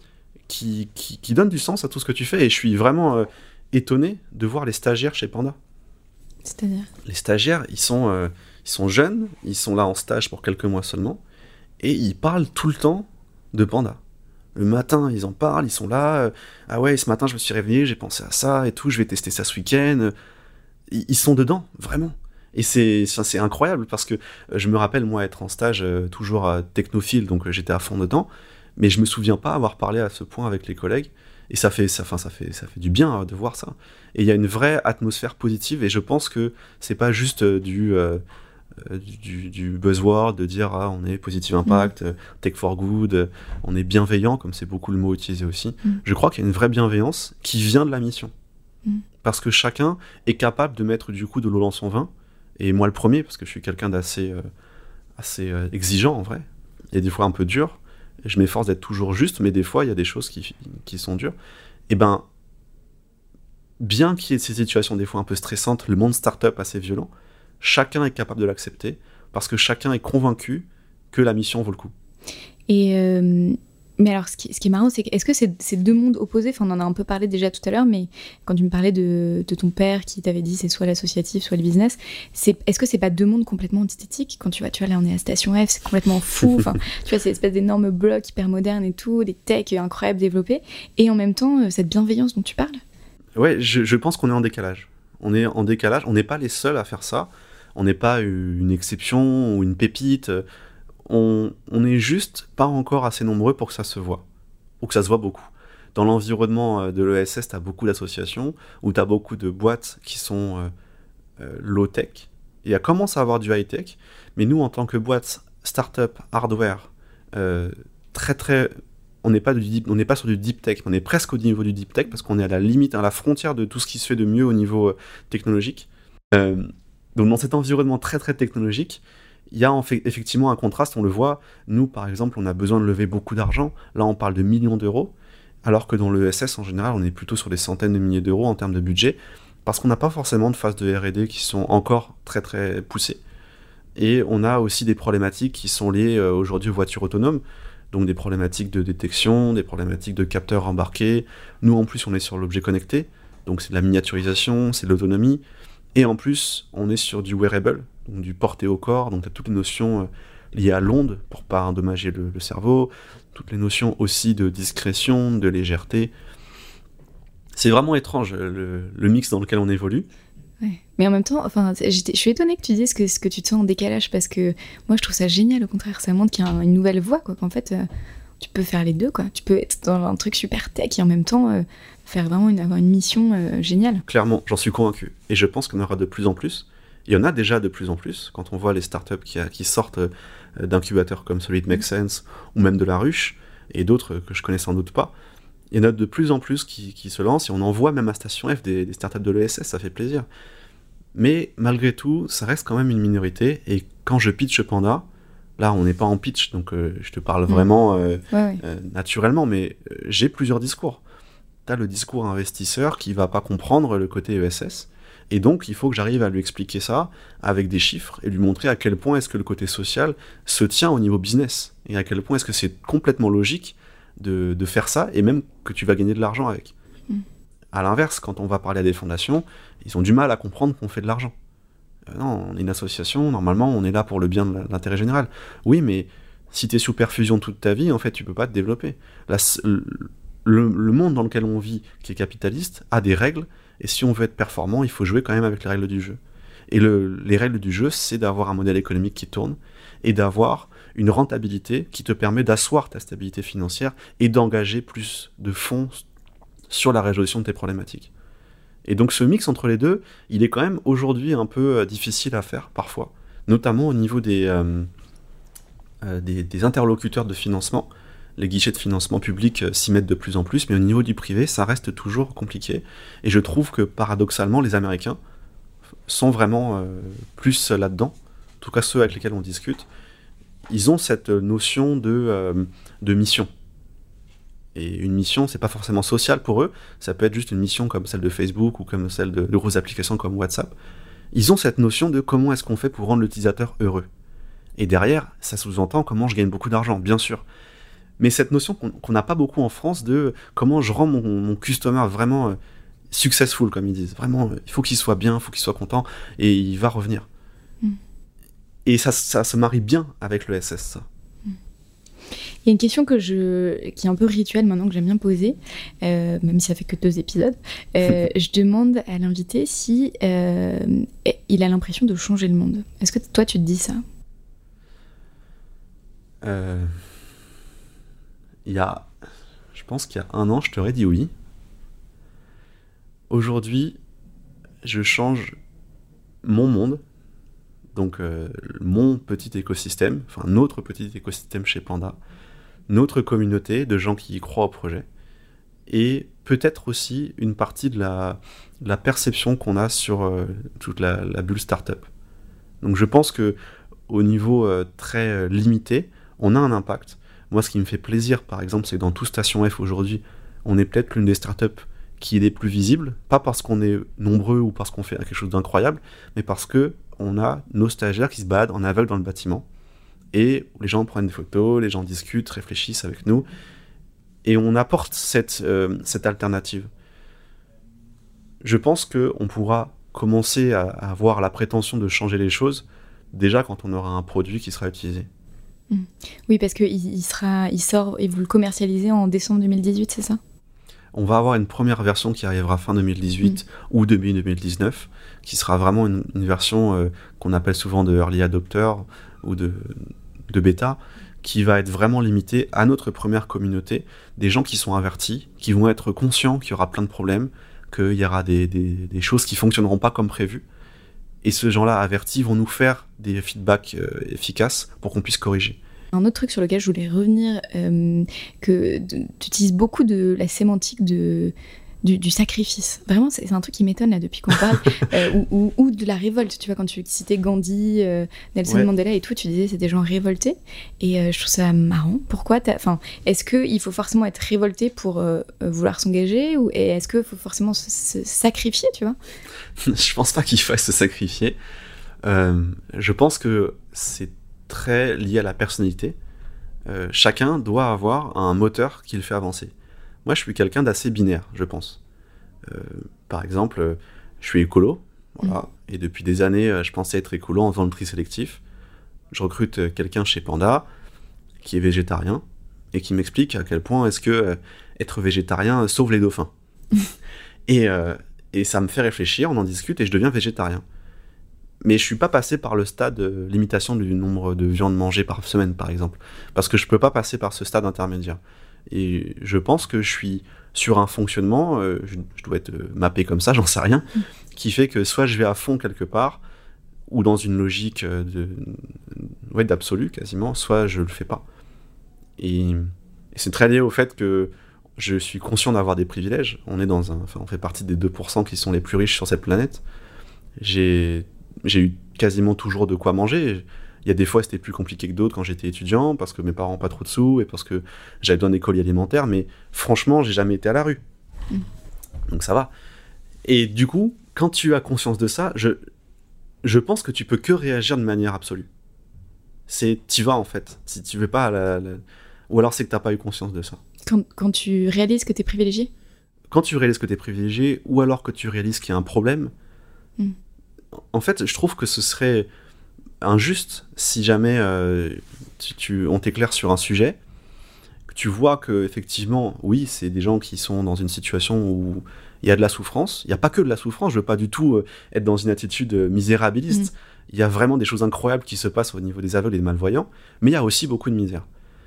qui, qui, qui donne du sens à tout ce que tu fais. Et je suis vraiment euh, étonné de voir les stagiaires chez Panda. C'est-à-dire ? Les stagiaires, ils sont, euh, ils sont jeunes, ils sont là en stage pour quelques mois seulement, et ils parlent tout le temps de Panda. Le matin, ils en parlent, ils sont là. Euh, ah ouais, ce matin, je me suis réveillé, j'ai pensé à ça et tout, je vais tester ça ce week-end. Ils, ils sont dedans, vraiment. Et c'est, c'est incroyable parce que je me rappelle, moi, être en stage, euh, toujours à technophile, donc euh, j'étais à fond dedans. Mais je me souviens pas avoir parlé à ce point avec les collègues, et ça fait, ça, enfin, ça fait, ça fait du bien de voir ça. Et il y a une vraie atmosphère positive, et je pense que c'est pas juste du, euh, du, du buzzword, de dire ah, on est positive impact, mmh. tech for good, on est bienveillant, comme c'est beaucoup le mot utilisé aussi. Mmh. Je crois qu'il y a une vraie bienveillance qui vient de la mission. Mmh. Parce que chacun est capable de mettre du coup de l'eau dans son vin, et moi le premier, parce que je suis quelqu'un d'assez euh, assez, euh, exigeant en vrai, et des fois un peu dur. Je m'efforce d'être toujours juste, mais des fois, il y a des choses qui, qui sont dures. Et ben, bien qu'il y ait ces situations des fois un peu stressantes, le monde start-up assez violent, chacun est capable de l'accepter, parce que chacun est convaincu que la mission vaut le coup. Et euh, mais alors, ce qui, ce qui est marrant, c'est que, est-ce que c'est ces deux mondes opposés, enfin, on en a un peu parlé déjà tout à l'heure, mais quand tu me parlais de, de ton père qui t'avait dit c'est soit l'associatif, soit le business, c'est, est-ce que c'est pas deux mondes complètement antithétiques? Quand tu vois, tu vois, là, on est à Station F, c'est complètement fou, enfin, tu vois, c'est espèce d'énormes blocs hyper modernes et tout, des techs incroyables développés, et en même temps, cette bienveillance dont tu parles? Ouais, je, je pense qu'on est en décalage. On est en décalage, on n'est pas les seuls à faire ça, on n'est pas une exception ou une pépite. On, on est juste pas encore assez nombreux pour que ça se voit, ou que ça se voit beaucoup. Dans l'environnement de l'E S S, tu as beaucoup d'associations, où tu as beaucoup de boîtes qui sont euh, euh, low-tech, et elles commencent à avoir du high-tech, mais nous, en tant que boîte start-up, hardware, euh, très très... On n'est pas, pas sur du deep tech, on est presque au niveau du deep tech, parce qu'on est à la limite, à la frontière de tout ce qui se fait de mieux au niveau euh, technologique. Euh, donc dans cet environnement très très technologique, il y a en fait, effectivement un contraste, on le voit. Nous, par exemple, on a besoin de lever beaucoup d'argent. Là, on parle de millions d'euros, alors que dans l'E S S, en général, on est plutôt sur des centaines de milliers d'euros en termes de budget, parce qu'on n'a pas forcément de phases de R et D qui sont encore très très poussées. Et on a aussi des problématiques qui sont liées euh, aujourd'hui aux voitures autonomes, donc des problématiques de détection, des problématiques de capteurs embarqués. Nous, en plus, on est sur l'objet connecté, donc c'est de la miniaturisation, c'est de l'autonomie. Et en plus, on est sur du wearable, donc du porté au corps, donc tu as toutes les notions euh, liées à l'onde, pour pas endommager le, le cerveau, toutes les notions aussi de discrétion, de légèreté. C'est vraiment étrange, le, le mix dans lequel on évolue. Ouais. Mais en même temps, enfin, je suis étonnée que tu dises que, que tu te sens en décalage, parce que moi, je trouve ça génial, au contraire, ça montre qu'il y a une nouvelle voie, quoi, qu'en fait, euh, tu peux faire les deux, quoi. Tu peux être dans un truc super tech et en même temps... Euh, faire vraiment une, avoir une mission euh, géniale. Clairement, j'en suis convaincu. Et je pense qu'il y en aura de plus en plus. Il y en a déjà de plus en plus. Quand on voit les startups qui, a, qui sortent euh, d'incubateurs comme celui de Make Sense, ou même de La Ruche, et d'autres que je connais sans doute pas, il y en a de plus en plus qui, qui se lancent, et on en voit même à Station F des, des startups de l'E S S, ça fait plaisir. Mais malgré tout, ça reste quand même une minorité, et quand je pitch Panda, là on n'est pas en pitch, donc euh, je te parle vraiment euh, ouais, ouais. Euh, naturellement, mais euh, j'ai plusieurs discours. T'as le discours investisseur qui va pas comprendre le côté E S S, et donc il faut que j'arrive à lui expliquer ça avec des chiffres et lui montrer à quel point est-ce que le côté social se tient au niveau business, et à quel point est-ce que c'est complètement logique de, de faire ça, et même que tu vas gagner de l'argent avec. Mm. À l'inverse, quand on va parler à des fondations, ils ont du mal à comprendre qu'on fait de l'argent. Euh, non, on est une association, normalement on est là pour le bien de l'intérêt général. Oui, mais si t'es sous perfusion toute ta vie, en fait tu peux pas te développer. La, Le, le monde dans lequel on vit, qui est capitaliste, a des règles, et si on veut être performant, il faut jouer quand même avec les règles du jeu. Et le, les règles du jeu, c'est d'avoir un modèle économique qui tourne, et d'avoir une rentabilité qui te permet d'asseoir ta stabilité financière, et d'engager plus de fonds sur la résolution de tes problématiques. Et donc ce mix entre les deux, il est quand même aujourd'hui un peu euh, difficile à faire, parfois, notamment au niveau des, euh, euh, des, des interlocuteurs de financement. Les guichets de financement public s'y mettent de plus en plus, mais au niveau du privé, ça reste toujours compliqué. Et je trouve que, paradoxalement, les Américains sont vraiment euh, plus là-dedans, en tout cas ceux avec lesquels on discute. Ils ont cette notion de, euh, de mission. Et une mission, c'est pas forcément social pour eux, ça peut être juste une mission comme celle de Facebook ou comme celle de, de grosses applications comme WhatsApp. Ils ont cette notion de comment est-ce qu'on fait pour rendre l'utilisateur heureux. Et derrière, ça sous-entend comment je gagne beaucoup d'argent, bien sûr. Mais cette notion qu'on n'a pas beaucoup en France de comment je rends mon, mon customer vraiment euh, successful, comme ils disent. Vraiment, euh, il faut qu'il soit bien, il faut qu'il soit content, et il va revenir. Mm. Et ça, ça se marie bien avec le S S, ça. Mm. Il y a une question que je, qui est un peu rituelle maintenant, que j'aime bien poser, euh, même si ça fait que deux épisodes. Euh, je demande à l'invité si euh, il a l'impression de changer le monde. Est-ce que toi, tu te dis ça ? euh... il y a, je pense qu'il y a un an, je t'aurais dit oui. Aujourd'hui, je change mon monde, donc euh, mon petit écosystème, enfin notre petit écosystème chez Panda, notre communauté de gens qui y croient au projet, et peut-être aussi une partie de la, de la perception qu'on a sur euh, toute la, la bulle startup. Donc je pense que au niveau euh, très euh, limité, on a un impact. Moi, ce qui me fait plaisir, par exemple, c'est que dans tout Station F aujourd'hui, on est peut-être l'une des startups qui est les plus visibles, pas parce qu'on est nombreux ou parce qu'on fait quelque chose d'incroyable, mais parce que on a nos stagiaires qui se baladent en aveugle dans le bâtiment, et les gens prennent des photos, les gens discutent, réfléchissent avec nous, et on apporte cette, euh, cette alternative. Je pense qu'on pourra commencer à, à avoir la prétention de changer les choses déjà quand on aura un produit qui sera utilisé. Mmh. Oui, parce qu'il il sera, il sort et vous le commercialisez en décembre deux mille dix-huit, c'est ça ? On va avoir une première version qui arrivera fin deux mille dix-huit mmh. ou début deux mille dix-neuf, qui sera vraiment une, une version euh, qu'on appelle souvent de early adopter ou de, de bêta, qui va être vraiment limitée à notre première communauté, des gens qui sont avertis, qui vont être conscients qu'il y aura plein de problèmes, qu'il y aura des, des, des choses qui ne fonctionneront pas comme prévu. Et ces gens-là avertis vont nous faire des feedbacks euh, efficaces pour qu'on puisse corriger. Un autre truc sur lequel je voulais revenir, euh, que tu utilises beaucoup de la sémantique de, du, du sacrifice. Vraiment, c'est, c'est un truc qui m'étonne là depuis qu'on parle. euh, ou, ou, ou de la révolte. Tu vois, quand tu citais Gandhi, euh, Nelson ouais. Mandela et tout, tu disais que c'était des gens révoltés. Et euh, je trouve ça marrant. Pourquoi enfin, est-ce qu'il faut forcément être révolté pour euh, vouloir s'engager ou et est-ce qu'il faut forcément se, se sacrifier, tu vois ? Je pense pas qu'il faille se sacrifier. Euh, je pense que c'est très lié à la personnalité. Euh, chacun doit avoir un moteur qui le fait avancer. Moi, je suis quelqu'un d'assez binaire, je pense. Euh, par exemple, je suis écolo, voilà, mmh. et depuis des années, je pensais être écolo en faisant le tri sélectif. Je recrute quelqu'un chez Panda qui est végétarien et qui m'explique à quel point est-ce que euh, être végétarien sauve les dauphins. et, euh, et ça me fait réfléchir, on en discute et je deviens végétarien. Mais je suis pas passé par le stade de limitation du nombre de viandes mangées par semaine, par exemple. Parce que je peux pas passer par ce stade intermédiaire. Et je pense que je suis sur un fonctionnement, euh, je, je dois être mappé comme ça, j'en sais rien, mmh. qui fait que soit je vais à fond quelque part, ou dans une logique de, ouais, d'absolu quasiment, soit je le fais pas. Et, et c'est très lié au fait que je suis conscient d'avoir des privilèges. On est dans un, enfin, on fait partie des deux pour cent qui sont les plus riches sur cette planète. J'ai J'ai eu quasiment toujours de quoi manger. Il y a des fois, c'était plus compliqué que d'autres quand j'étais étudiant, parce que mes parents n'ont pas trop de sous, et parce que j'avais besoin des colis alimentaires, mais franchement, j'ai jamais été à la rue. Mmh. Donc ça va. Et du coup, quand tu as conscience de ça, je, je pense que tu peux que réagir de manière absolue. C'est, t'y vas en fait. Si tu veux pas, la, la... ou alors c'est que t'as pas eu conscience de ça. Quand, quand tu réalises que t'es privilégié ? Quand tu réalises que t'es privilégié, ou alors que tu réalises qu'il y a un problème, mmh. en fait, je trouve que ce serait injuste si jamais euh, tu, tu, on t'éclaire sur un sujet, que tu vois que effectivement, oui, c'est des gens qui sont dans une situation où il y a de la souffrance. Il n'y a pas que de la souffrance. Je veux pas du tout euh, être dans une attitude euh, misérabiliste. Mmh. Il y a vraiment des choses incroyables qui se passent au niveau des aveugles et des malvoyants, mais il y a aussi beaucoup de misère.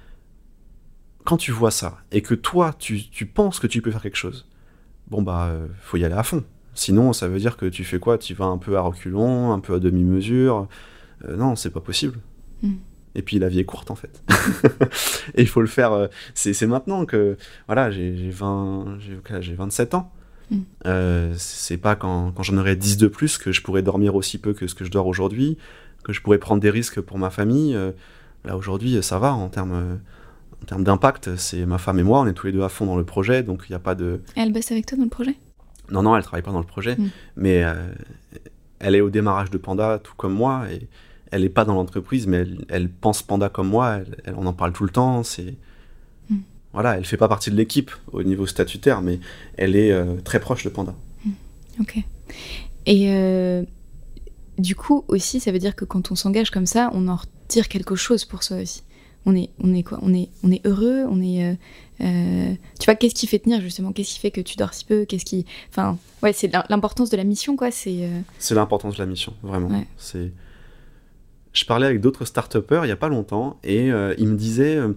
Quand tu vois ça et que toi, tu, tu penses que tu peux faire quelque chose, bon bah, euh, faut y aller à fond. Sinon, ça veut dire que tu fais quoi ? Tu vas un peu à reculons, un peu à demi-mesure. Euh, non, c'est pas possible. Mm. Et puis la vie est courte en fait. Et il faut le faire. Euh, c'est, c'est maintenant que voilà, j'ai, j'ai, vingt, j'ai, j'ai vingt-sept ans. Mm. Euh, c'est pas quand, quand j'en aurai dix de plus que je pourrais dormir aussi peu que ce que je dors aujourd'hui, que je pourrais prendre des risques pour ma famille. Euh, là aujourd'hui, ça va en termes. Euh, en termes d'impact. C'est ma femme et moi, on est tous les deux à fond dans le projet, donc il n'y a pas de. Et elle bosse avec toi dans le projet ? Non, non, elle travaille pas dans le projet, mmh. mais euh, elle est au démarrage de Panda, tout comme moi, et elle est pas dans l'entreprise, mais elle, elle pense Panda comme moi, elle, elle, on en parle tout le temps, c'est... Mmh. Voilà, elle fait pas partie de l'équipe au niveau statutaire, mais elle est euh, très proche de Panda. Mmh. Ok. Et euh, du coup, aussi, ça veut dire que quand on s'engage comme ça, on en retire quelque chose pour soi aussi. On est, on est quoi ? On est, on est heureux, on est... Euh, euh, tu vois, qu'est-ce qui fait tenir, justement ? Qu'est-ce qui fait que tu dors si peu ? Qu'est-ce qui... Enfin, ouais, c'est l'importance de la mission, quoi. C'est, euh... c'est l'importance de la mission, vraiment. Ouais. C'est... Je parlais avec d'autres start-upers il n'y a pas longtemps, et euh, ils me disaient, euh,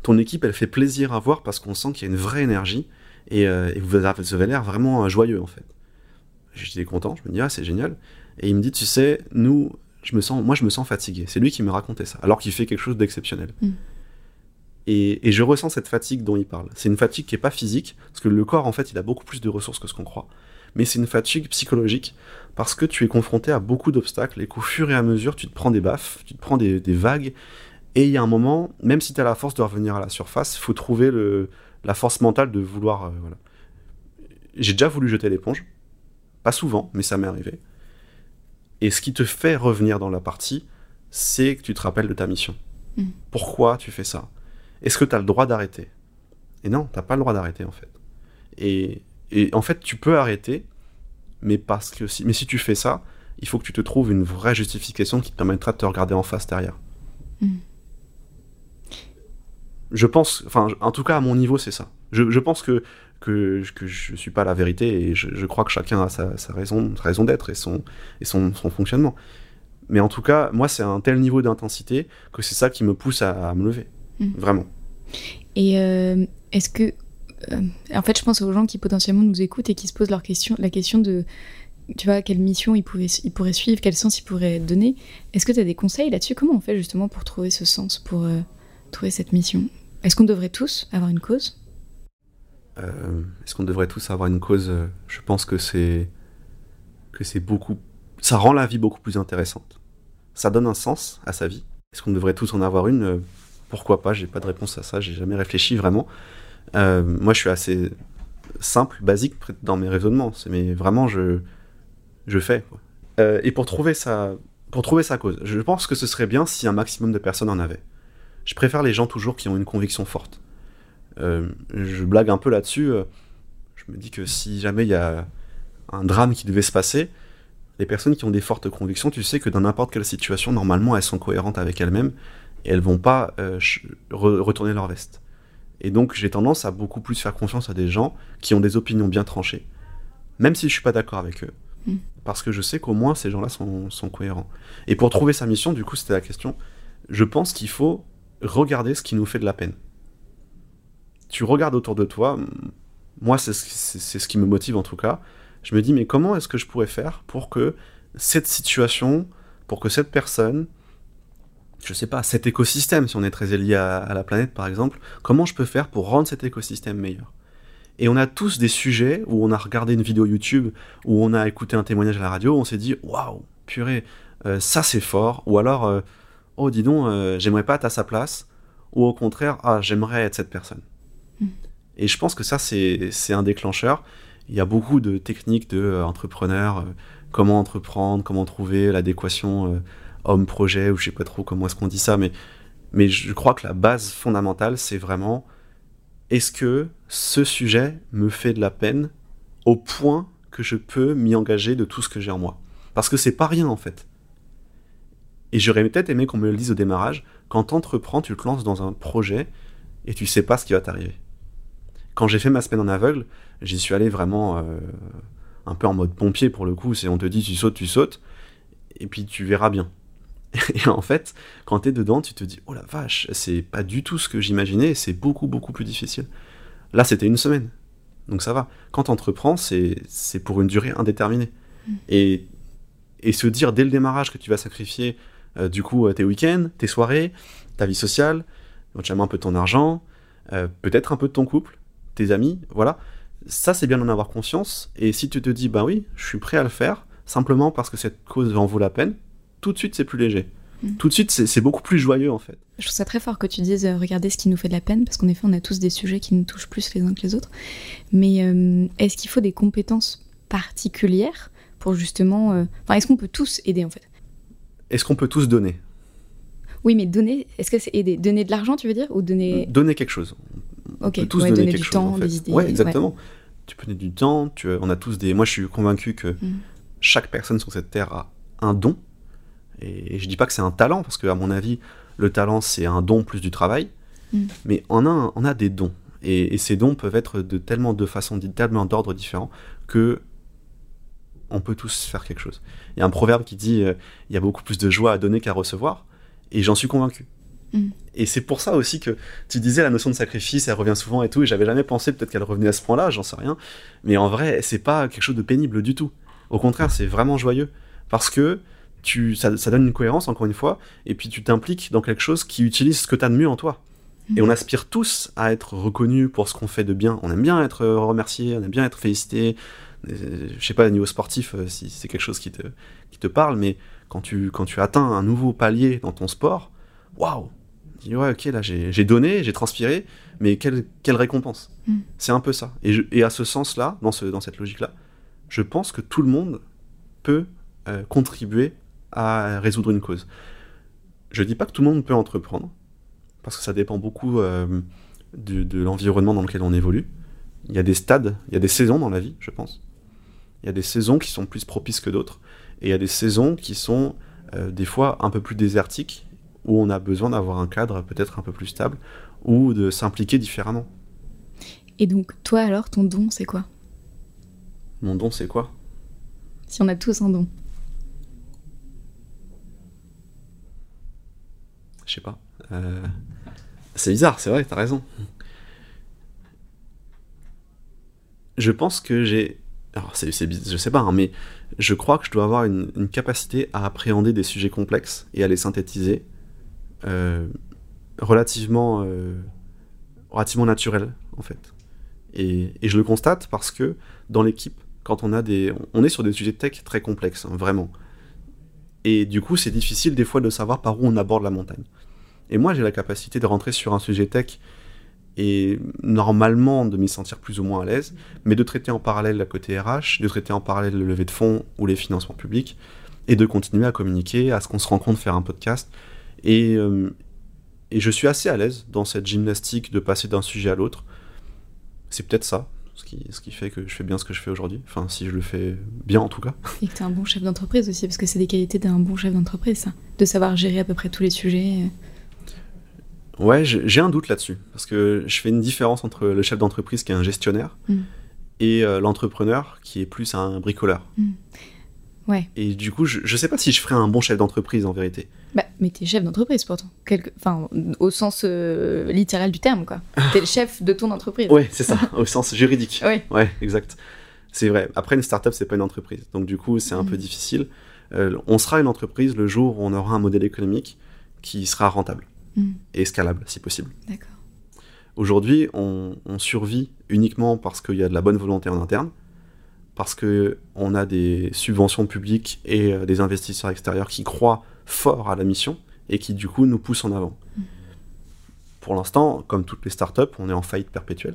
ton équipe, elle fait plaisir à voir parce qu'on sent qu'il y a une vraie énergie et, euh, et vous avez, vous avez l'air vraiment joyeux en fait. J'étais content, je me dis ah c'est génial. Et il me dit tu sais, nous, je me sens, moi je me sens fatigué. C'est lui qui me racontait ça, alors qu'il fait quelque chose d'exceptionnel. Mm. Et, et je ressens cette fatigue dont il parle. C'est une fatigue qui est pas physique, parce que le corps en fait il a beaucoup plus de ressources que ce qu'on croit. Mais c'est une fatigue psychologique parce que tu es confronté à beaucoup d'obstacles et qu'au fur et à mesure tu te prends des baffes, tu te prends des, des vagues. Et il y a un moment, même si tu as la force de revenir à la surface, il faut trouver le, la force mentale de vouloir. Euh, voilà. J'ai déjà voulu jeter l'éponge. Pas souvent, mais ça m'est arrivé. Et ce qui te fait revenir dans la partie, c'est que tu te rappelles de ta mission. Mmh. Pourquoi tu fais ça ? Est-ce que tu as le droit d'arrêter ? Et non, tu n'as pas le droit d'arrêter, en fait. Et, et en fait, tu peux arrêter, mais, parce que si, mais si tu fais ça, il faut que tu te trouves une vraie justification qui te permettra de te regarder en face derrière. Mmh. Je pense, enfin, en tout cas, à mon niveau, c'est ça. Je, je pense que Que, que je ne suis pas la vérité et je, je crois que chacun a sa, sa, raison, sa raison d'être et, son, et son, son fonctionnement. Mais en tout cas, moi, c'est un tel niveau d'intensité que c'est ça qui me pousse à, à me lever. Mmh. Vraiment. Et euh, est-ce que... Euh, en fait, je pense aux gens qui potentiellement nous écoutent et qui se posent leur question, la question de, tu vois, quelle mission ils pourraient, ils pourraient suivre, quel sens ils pourraient donner. Est-ce que tu as des conseils là-dessus ? Comment on fait justement pour trouver ce sens, pour euh, trouver cette mission ? Est-ce qu'on devrait tous avoir une cause ? Euh, est-ce qu'on devrait tous avoir une cause ? Je pense que c'est que c'est beaucoup, ça rend la vie beaucoup plus intéressante. Ça donne un sens à sa vie. Est-ce qu'on devrait tous en avoir une ? Pourquoi pas ? J'ai pas de réponse à ça. J'ai jamais réfléchi vraiment. Euh, moi, je suis assez simple, basique dans mes raisonnements. C'est, mais vraiment, je je fais. Quoi. Euh, et pour trouver sa pour trouver sa cause, je pense que ce serait bien si un maximum de personnes en avaient. Je préfère les gens toujours qui ont une conviction forte. Euh, je blague un peu là-dessus, euh, je me dis que si jamais il y a un drame qui devait se passer, les personnes qui ont des fortes convictions, tu sais que dans n'importe quelle situation, normalement elles sont cohérentes avec elles-mêmes et elles vont pas euh, re- retourner leur veste. Et donc j'ai tendance à beaucoup plus faire confiance à des gens qui ont des opinions bien tranchées, même si je suis pas d'accord avec eux, mmh. parce que je sais qu'au moins ces gens-là sont, sont cohérents. Et pour trouver sa mission, du coup c'était la question, je pense qu'il faut regarder ce qui nous fait de la peine. Tu regardes autour de toi, moi c'est ce, c'est, c'est ce qui me motive en tout cas, je me dis mais comment est-ce que je pourrais faire pour que cette situation, pour que cette personne, je sais pas, cet écosystème, si on est très lié à, à la planète par exemple, comment je peux faire pour rendre cet écosystème meilleur ? Et on a tous des sujets où on a regardé une vidéo YouTube, où on a écouté un témoignage à la radio, où on s'est dit waouh, purée, euh, ça c'est fort, ou alors euh, oh dis donc, euh, j'aimerais pas être à sa place, ou au contraire, ah j'aimerais être cette personne. Et je pense que ça, c'est, c'est un déclencheur. Il y a beaucoup de techniques d'entrepreneurs, euh, euh, comment entreprendre, comment trouver l'adéquation euh, homme-projet, ou je sais pas trop comment est-ce qu'on dit ça, mais, mais je crois que la base fondamentale, c'est vraiment, est-ce que ce sujet me fait de la peine au point que je peux m'y engager de tout ce que j'ai en moi ? Parce que c'est pas rien, en fait. Et j'aurais peut-être aimé qu'on me le dise au démarrage, quand t'entreprends, tu te lances dans un projet, et tu sais pas ce qui va t'arriver. Quand j'ai fait ma semaine en aveugle, j'y suis allé vraiment euh, un peu en mode pompier pour le coup, c'est on te dit tu sautes, tu sautes, et puis tu verras bien. Et en fait, quand t'es dedans, tu te dis oh la vache, c'est pas du tout ce que j'imaginais, c'est beaucoup beaucoup plus difficile. Là, c'était une semaine, donc ça va. Quand t'entreprends, c'est, c'est pour une durée indéterminée. Mmh. Et, et se dire dès le démarrage que tu vas sacrifier euh, du coup tes week-ends, tes soirées, ta vie sociale, éventuellement un peu ton argent, euh, peut-être un peu de ton couple, tes amis, voilà. Ça, c'est bien d'en avoir conscience. Et si tu te dis, bah oui, je suis prêt à le faire, simplement parce que cette cause en vaut la peine, tout de suite, c'est plus léger. Mmh. Tout de suite, c'est, c'est beaucoup plus joyeux, en fait. Je trouve ça très fort que tu dises, euh, regardez ce qui nous fait de la peine, parce qu'en effet, on a tous des sujets qui nous touchent plus les uns que les autres. Mais euh, est-ce qu'il faut des compétences particulières pour justement... Euh... Enfin, est-ce qu'on peut tous aider, en fait ? Est-ce qu'on peut tous donner ? Oui, mais donner, est-ce que c'est aider ? Donner de l'argent, tu veux dire ? Ou donner... Donner quelque chose. On ok, peut tous ouais, donner, donner quelque du chose, temps, en fait. des idées. Ouais, exactement. Ouais. Tu peux donner du temps, tu, on a tous des... Moi, je suis convaincu que mm. chaque personne sur cette terre a un don. Et, et je dis pas que c'est un talent, parce qu'à mon avis, le talent, c'est un don plus du travail. Mm. Mais on a, on a des dons. Et, et ces dons peuvent être de tellement de façons, tellement d'ordres différents, que on peut tous faire quelque chose. Il y a un proverbe qui dit euh, il y a beaucoup plus de joie à donner qu'à recevoir, et j'en suis convaincu. Mm. Et c'est pour ça aussi que tu disais la notion de sacrifice, elle revient souvent et tout, et j'avais jamais pensé peut-être qu'elle revenait à ce point-là, j'en sais rien. Mais en vrai, c'est pas quelque chose de pénible du tout. Au contraire, c'est vraiment joyeux. Parce que tu, ça, ça donne une cohérence, encore une fois, et puis tu t'impliques dans quelque chose qui utilise ce que tu as de mieux en toi. Mm. Et on aspire tous à être reconnus pour ce qu'on fait de bien. On aime bien être remercié, on aime bien être félicité. Je sais pas, au niveau sportif, si c'est quelque chose qui te, qui te parle, mais quand tu, quand tu atteins un nouveau palier dans ton sport, waouh! Tu dis, ouais, ok, là, j'ai, j'ai donné, j'ai transpiré, mais quelle, quelle récompense. Mm. C'est un peu ça. Et, je, et à ce sens-là, dans, ce, dans cette logique-là, je pense que tout le monde peut euh, contribuer à résoudre une cause. Je dis pas que tout le monde peut entreprendre, parce que ça dépend beaucoup euh, de, de l'environnement dans lequel on évolue. Il y a des stades, il y a des saisons dans la vie, je pense. Il y a des saisons qui sont plus propices que d'autres, et il y a des saisons qui sont euh, des fois un peu plus désertiques, où on a besoin d'avoir un cadre peut-être un peu plus stable, ou de s'impliquer différemment. Et donc, toi alors, ton don, c'est quoi ? Mon don, c'est quoi ? Si on a tous un don. Je sais pas. Euh... C'est bizarre, c'est vrai, t'as raison. Je pense que j'ai... Alors, c'est, c'est, je sais pas, hein, mais je crois que je dois avoir une, une capacité à appréhender des sujets complexes et à les synthétiser euh, relativement, euh, relativement naturel, en fait. Et, et je le constate parce que dans l'équipe, quand on a des... On est sur des sujets tech très complexes, hein, vraiment. Et du coup, c'est difficile des fois de savoir par où on aborde la montagne. Et moi, j'ai la capacité de rentrer sur un sujet tech et normalement de m'y sentir plus ou moins à l'aise, mais de traiter en parallèle la côté R H, de traiter en parallèle le levée de fonds ou les financements publics, et de continuer à communiquer, à ce qu'on se rencontre, faire un podcast. Et, euh, et je suis assez à l'aise dans cette gymnastique de passer d'un sujet à l'autre. C'est peut-être ça, ce qui, ce qui fait que je fais bien ce que je fais aujourd'hui. Enfin, si je le fais bien en tout cas. Et que t'es un bon chef d'entreprise aussi, parce que c'est des qualités d'un bon chef d'entreprise, ça. De savoir gérer à peu près tous les sujets. Ouais, j'ai un doute là-dessus, parce que je fais une différence entre le chef d'entreprise qui est un gestionnaire mm. et euh, l'entrepreneur qui est plus un bricoleur. Mm. Ouais. Et du coup, je, je sais pas si je ferais un bon chef d'entreprise en vérité. Bah, mais t'es chef d'entreprise pourtant. Quelque... Enfin, au sens euh, littéral du terme, quoi. T'es le chef de ton entreprise. Ouais, c'est ça, au sens juridique. Ouais. Ouais, exact. C'est vrai. Après, une start-up, c'est pas une entreprise. Donc du coup, c'est un mm. peu difficile. Euh, on sera une entreprise le jour où on aura un modèle économique qui sera rentable. Mmh. Et scalable, si possible. D'accord. Aujourd'hui, on, on survit uniquement parce qu'il y a de la bonne volonté en interne, parce qu'on a des subventions publiques et euh, des investisseurs extérieurs qui croient fort à la mission et qui, du coup, nous poussent en avant. Mmh. Pour l'instant, comme toutes les startups, on est en faillite perpétuelle.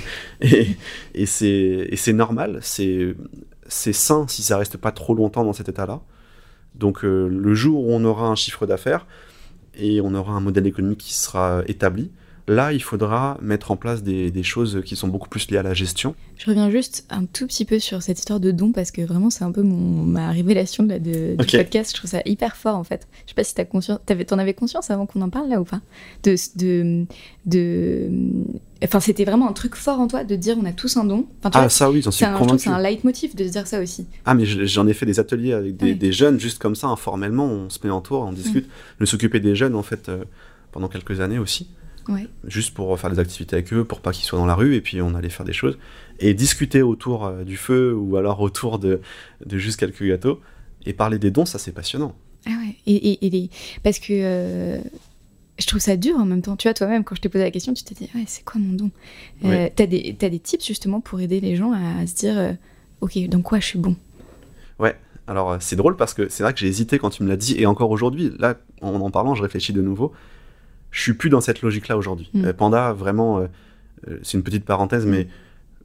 et, et, c'est, et c'est normal, c'est, c'est sain si ça reste pas trop longtemps dans cet état-là. Donc, euh, le jour où on aura un chiffre d'affaires, et on aura un modèle économique qui sera établi. Là, il faudra mettre en place des, des choses qui sont beaucoup plus liées à la gestion. Je reviens juste un tout petit peu sur cette histoire de don, parce que vraiment, c'est un peu mon, ma révélation de la, de, du okay. podcast. Je trouve ça hyper fort, en fait. Je sais pas si t'as conscience, t'avais, t'en avais conscience avant qu'on en parle, là, ou pas de, de, de... Enfin, c'était vraiment un truc fort en toi, de dire on a tous un don. Enfin, tu ah, vois, ça oui, j'en suis un, convaincu. Je trouve que c'est un leitmotiv de se dire ça aussi. Ah, mais j'en ai fait des ateliers avec des, ouais. des jeunes, juste comme ça, informellement, on se met en tour, on discute. Mmh. Je me suis occupé des jeunes, en fait, euh, pendant quelques années aussi. Ouais. Juste pour faire des activités avec eux, pour pas qu'ils soient dans la rue, et puis on allait faire des choses. Et discuter autour euh, du feu, ou alors autour de, de juste quelques gâteaux, et parler des dons, ça c'est passionnant. Ah ouais, et, et, et les... parce que euh, je trouve ça dur en même temps. Tu vois, toi-même, quand je t'ai posé la question, tu t'es dit, ouais, c'est quoi mon don euh, ouais. T'as des, t'as des tips justement pour aider les gens à, à se dire, euh, ok, dans quoi je suis bon? Ouais, alors c'est drôle parce que c'est vrai que j'ai hésité quand tu me l'as dit, et encore aujourd'hui, là, en en parlant, je réfléchis de nouveau. Je suis plus dans cette logique-là aujourd'hui. Mmh. Euh, Panda, vraiment, euh, euh, c'est une petite parenthèse, mmh. mais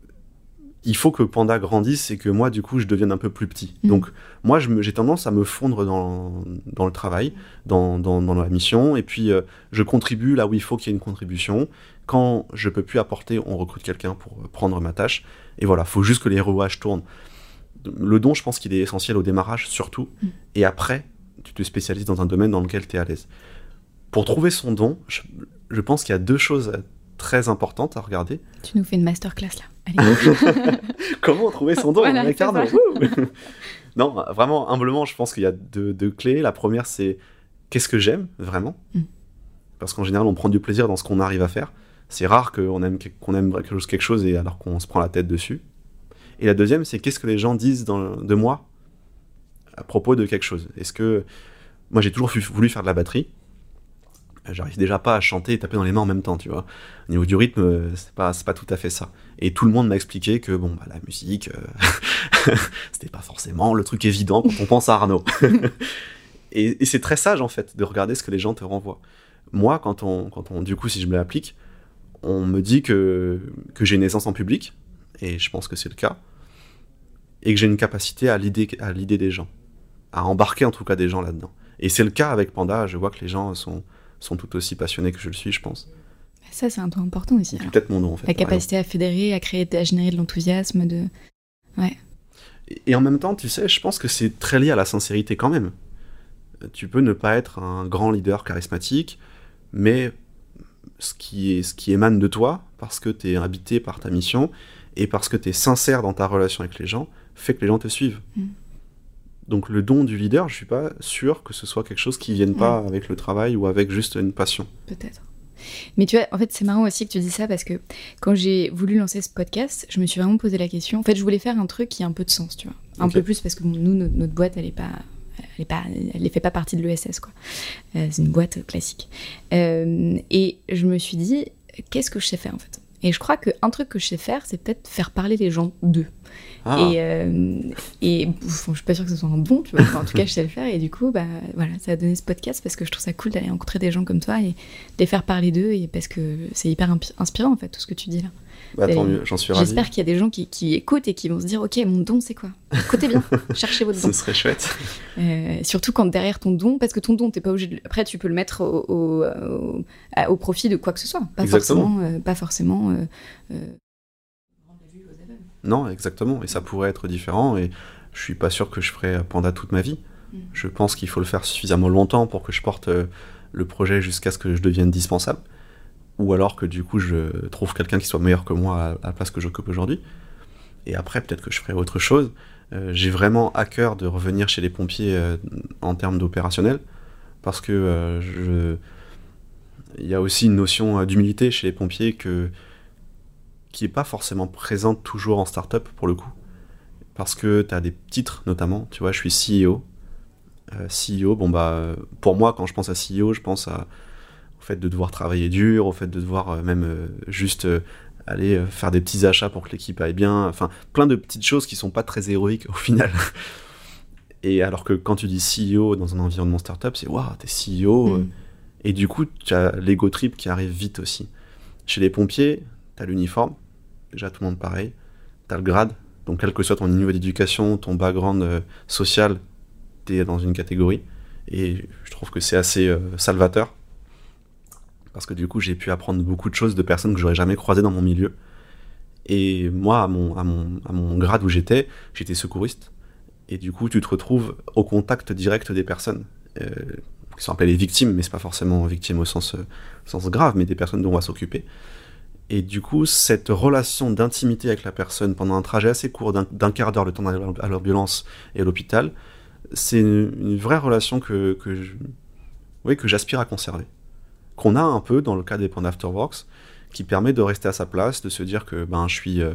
il faut que Panda grandisse et que moi, du coup, je devienne un peu plus petit. Mmh. Donc, moi, je me, j'ai tendance à me fondre dans, dans le travail, dans, dans, dans la mission, et puis euh, je contribue là où il faut qu'il y ait une contribution. Quand je peux plus apporter, on recrute quelqu'un pour prendre ma tâche. Et voilà, il faut juste que les rouages tournent. Le don, je pense qu'il est essentiel au démarrage, surtout. Mmh. Et après, tu te spécialises dans un domaine dans lequel tu es à l'aise. Pour trouver son don, je, je pense qu'il y a deux choses très importantes à regarder. Tu nous fais une masterclass là. Allez. Comment trouver son don, voilà, Ricardo? Non, vraiment, humblement, je pense qu'il y a deux, deux clés. La première, c'est qu'est-ce que j'aime vraiment? mm. Parce qu'en général, on prend du plaisir dans ce qu'on arrive à faire. C'est rare qu'on aime, qu'on aime quelque chose et alors qu'on se prend la tête dessus. Et la deuxième, c'est qu'est-ce que les gens disent dans, de moi à propos de quelque chose. Est-ce que... Moi, j'ai toujours voulu faire de la batterie. J'arrive déjà pas à chanter et taper dans les mains en même temps, tu vois. Au niveau du rythme, c'est pas, c'est pas tout à fait ça. Et tout le monde m'a expliqué que, bon, bah, la musique, euh, c'était pas forcément le truc évident quand on pense à Arnaud. et, et c'est très sage, en fait, de regarder ce que les gens te renvoient. Moi, quand on, quand on, du coup, si je me l'applique, on me dit que, que j'ai une aisance en public, et je pense que c'est le cas, et que j'ai une capacité à l'idée, à l'idée des gens, à embarquer en tout cas des gens là-dedans. Et c'est le cas avec Panda, je vois que les gens sont... sont tout aussi passionnés que je le suis, je pense. Ça, c'est un point important aussi. C'est peut-être mon nom, en fait. La capacité à fédérer, à créer, à générer de l'enthousiasme, de... Ouais. Et, et en même temps, tu sais, je pense que c'est très lié à la sincérité quand même. Tu peux ne pas être un grand leader charismatique, mais ce qui, est, ce qui émane de toi, parce que tu es habité par ta mission, et parce que tu es sincère dans ta relation avec les gens, fait que les gens te suivent. Mm. Donc le don du leader, je suis pas sûr que ce soit quelque chose qui vienne pas ouais. avec le travail ou avec juste une passion. Peut-être. Mais tu vois, en fait, c'est marrant aussi que tu dis ça parce que quand j'ai voulu lancer ce podcast, je me suis vraiment posé la question. En fait, je voulais faire un truc qui a un peu de sens, tu vois. Un okay. peu plus parce que bon, nous, notre, notre boîte, elle est pas, elle est pas, elle fait pas partie de l'E S S, quoi. Euh, c'est une boîte classique. Euh, et je me suis dit, qu'est-ce que je sais faire en fait ? Et je crois qu'un truc que je sais faire, c'est peut-être faire parler les gens d'eux. Ah. Et, euh, et bon, je suis pas sûre que ce soit un don, tu vois. Enfin, en tout cas, je sais le faire. Et du coup, bah, voilà, ça a donné ce podcast parce que je trouve ça cool d'aller rencontrer des gens comme toi et de les faire parler d'eux. Et parce que c'est hyper inspirant, en fait, tout ce que tu dis là. Bah, tant mieux, j'en suis ravi. J'espère qu'il y a des gens qui, qui écoutent et qui vont se dire, ok, mon don, c'est quoi ? Écoutez bien, cherchez votre don. Ce serait chouette. Euh, surtout quand derrière ton don, parce que ton don, t'es pas obligé de... Après, tu peux le mettre au, au, au, au profit de quoi que ce soit. Pas exactement. forcément... Euh, pas forcément euh, euh... Non, exactement. Et ça pourrait être différent. Et je suis pas sûr que je ferai Panda toute ma vie. Mm. Je pense qu'il faut le faire suffisamment longtemps pour que je porte euh, le projet jusqu'à ce que je devienne dispensable. Ou alors que du coup je trouve quelqu'un qui soit meilleur que moi à la place que j'occupe aujourd'hui. Et après peut-être que je ferai autre chose. Euh, j'ai vraiment à cœur de revenir chez les pompiers euh, en termes d'opérationnel, parce que euh, je... il y a aussi une notion euh, d'humilité chez les pompiers que... qui n'est pas forcément présente toujours en start-up pour le coup. Parce que tu as des titres notamment, tu vois, je suis C E O. Euh, C E O, bon bah pour moi quand je pense à C E O, je pense à au fait de devoir travailler dur, au fait de devoir euh, même euh, juste euh, aller euh, faire des petits achats pour que l'équipe aille bien, enfin plein de petites choses qui sont pas très héroïques au final. Et alors que quand tu dis C E O dans un environnement startup, c'est waouh, t'es C E O, mmh. Et du coup tu as l'ego trip qui arrive vite aussi. Chez les pompiers, t'as l'uniforme, déjà tout le monde pareil, t'as le grade, donc quel que soit ton niveau d'éducation, ton background euh, social, t'es dans une catégorie, et je trouve que c'est assez euh, salvateur. Parce que du coup, j'ai pu apprendre beaucoup de choses de personnes que j'aurais jamais croisées dans mon milieu. Et moi, à mon, à mon, à mon grade où j'étais, j'étais secouriste. Et du coup, tu te retrouves au contact direct des personnes, euh, qui sont appelées les victimes, mais c'est pas forcément victimes au sens, euh, sens grave, mais des personnes dont on va s'occuper. Et du coup, cette relation d'intimité avec la personne pendant un trajet assez court, d'un, d'un quart d'heure, le temps d'aller à l'ambulance et à l'hôpital, c'est une, une vraie relation que, que, je, oui, que j'aspire à conserver. Qu'on a un peu dans le cas des Panda Afterworks, qui permet de rester à sa place, de se dire que ben je suis euh,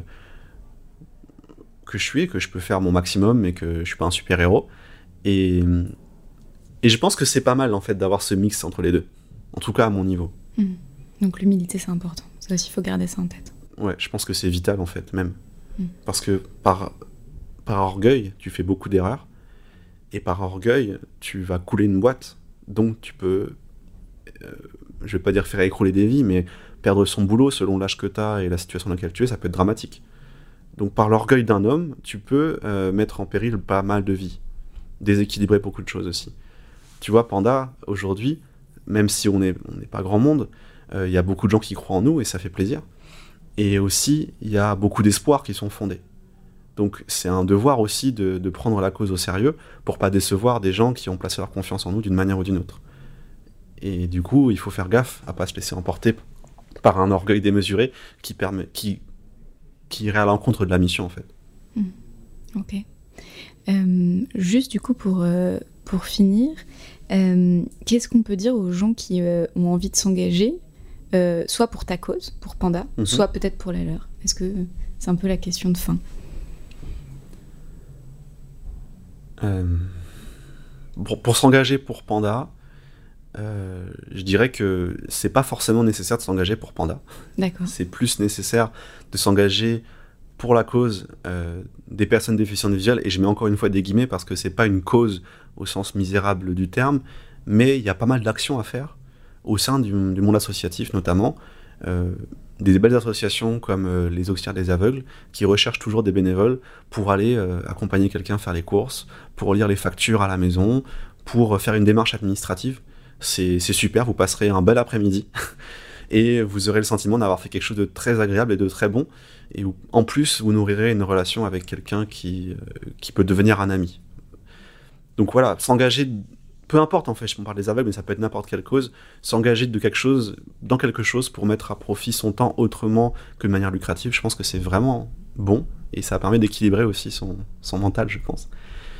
que je suis et que je peux faire mon maximum et que je suis pas un super héros. Et et je pense que c'est pas mal en fait d'avoir ce mix entre les deux. En tout cas à mon niveau. Mmh. Donc l'humilité c'est important. Ça aussi il faut garder ça en tête. Ouais, je pense que c'est vital en fait même. Mmh. Parce que par par orgueil tu fais beaucoup d'erreurs et par orgueil tu vas couler une boîte. Donc tu peux euh, je vais pas dire faire écrouler des vies, mais perdre son boulot selon l'âge que tu as et la situation dans laquelle tu es, ça peut être dramatique. Donc par l'orgueil d'un homme, tu peux euh, mettre en péril pas mal de vies, déséquilibrer beaucoup de choses aussi. Tu vois, Panda, aujourd'hui, même si on n'est on n'est pas grand monde, il euh, y a beaucoup de gens qui croient en nous et ça fait plaisir. Et aussi, il y a beaucoup d'espoirs qui sont fondés. Donc c'est un devoir aussi de, de prendre la cause au sérieux pour pas décevoir des gens qui ont placé leur confiance en nous d'une manière ou d'une autre. Et du coup, il faut faire gaffe à pas se laisser emporter par un orgueil démesuré qui, permet, qui, qui irait à l'encontre de la mission, en fait. Mmh. Ok. Euh, juste, du coup, pour, euh, pour finir, Euh, qu'est-ce qu'on peut dire aux gens qui euh, ont envie de s'engager, euh, soit pour ta cause, pour Panda, mm-hmm. soit peut-être pour la leur? Est-ce que c'est un peu la question de fin? euh, pour, pour s'engager pour Panda, euh, je dirais que c'est pas forcément nécessaire de s'engager pour Panda. D'accord. C'est plus nécessaire de s'engager pour la cause euh, des personnes déficientes visuelles, et je mets encore une fois des guillemets parce que c'est pas une cause au sens misérable du terme, mais il y a pas mal d'actions à faire au sein du, du monde associatif notamment, euh, des belles associations comme euh, les Auxiliaires des aveugles qui recherchent toujours des bénévoles pour aller euh, accompagner quelqu'un faire les courses, pour lire les factures à la maison, pour faire une démarche administrative. C'est, c'est super, vous passerez un bel après-midi et vous aurez le sentiment d'avoir fait quelque chose de très agréable et de très bon, et où, en plus vous nourrirez une relation avec quelqu'un qui, euh, qui peut devenir un ami. Donc voilà, s'engager, peu importe en fait, je parle des aveugles, mais ça peut être n'importe quelle cause, s'engager de quelque chose, dans quelque chose pour mettre à profit son temps autrement que de manière lucrative, je pense que c'est vraiment bon, et ça permet d'équilibrer aussi son, son mental, je pense.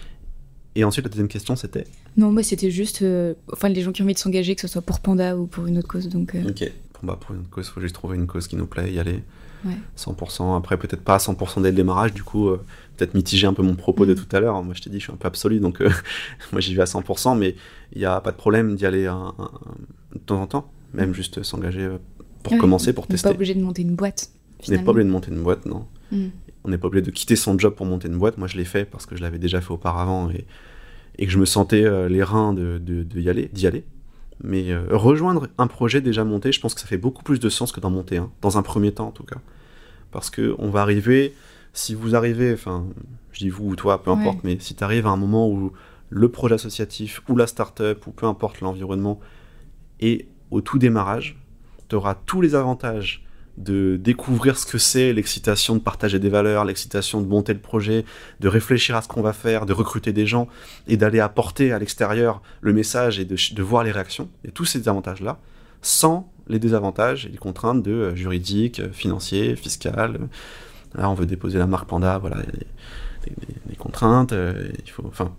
Et ensuite, la deuxième question, c'était ? Non, moi, c'était juste... Euh, enfin, les gens qui ont envie de s'engager, que ce soit pour Panda ou pour une autre cause, donc... Euh... Ok. Bon, bah, pour une autre cause, il faut juste trouver une cause qui nous plaît, y aller. Ouais. cent pour cent. Après, peut-être pas à cent pour cent dès le démarrage, du coup, euh, peut-être mitiger un peu mon propos mmh. de tout à l'heure. Moi, je t'ai dit, je suis un peu absolu, donc euh, moi, j'y vais à cent pour cent, mais il n'y a pas de problème d'y aller un, un, de temps en temps, même mmh. juste s'engager pour ouais. commencer, pour On tester. On n'est pas obligé de monter une boîte, On n'est pas obligé de monter une boîte, non. Mmh. On n'est pas obligé de quitter son job pour monter une boîte. Moi, je l'ai fait parce que je l'avais déjà fait auparavant, et et que je me sentais euh, les reins de, de, de y aller, d'y aller. Mais euh, rejoindre un projet déjà monté, je pense que ça fait beaucoup plus de sens que d'en monter un, dans un premier temps en tout cas. Parce qu'on va arriver, si vous arrivez, enfin, je dis vous ou toi, peu importe, ouais. mais si tu arrives à un moment où le projet associatif, ou la start-up, ou peu importe l'environnement, est au tout démarrage, tu auras tous les avantages de découvrir ce que c'est l'excitation de partager des valeurs, l'excitation de monter le projet, de réfléchir à ce qu'on va faire, de recruter des gens et d'aller apporter à l'extérieur le message et de, de voir les réactions, et tous ces avantages-là, sans les désavantages et les contraintes de euh, juridiques, financiers, fiscales. Là, on veut déposer la marque Panda, voilà, les, les, les contraintes, euh, il faut, enfin,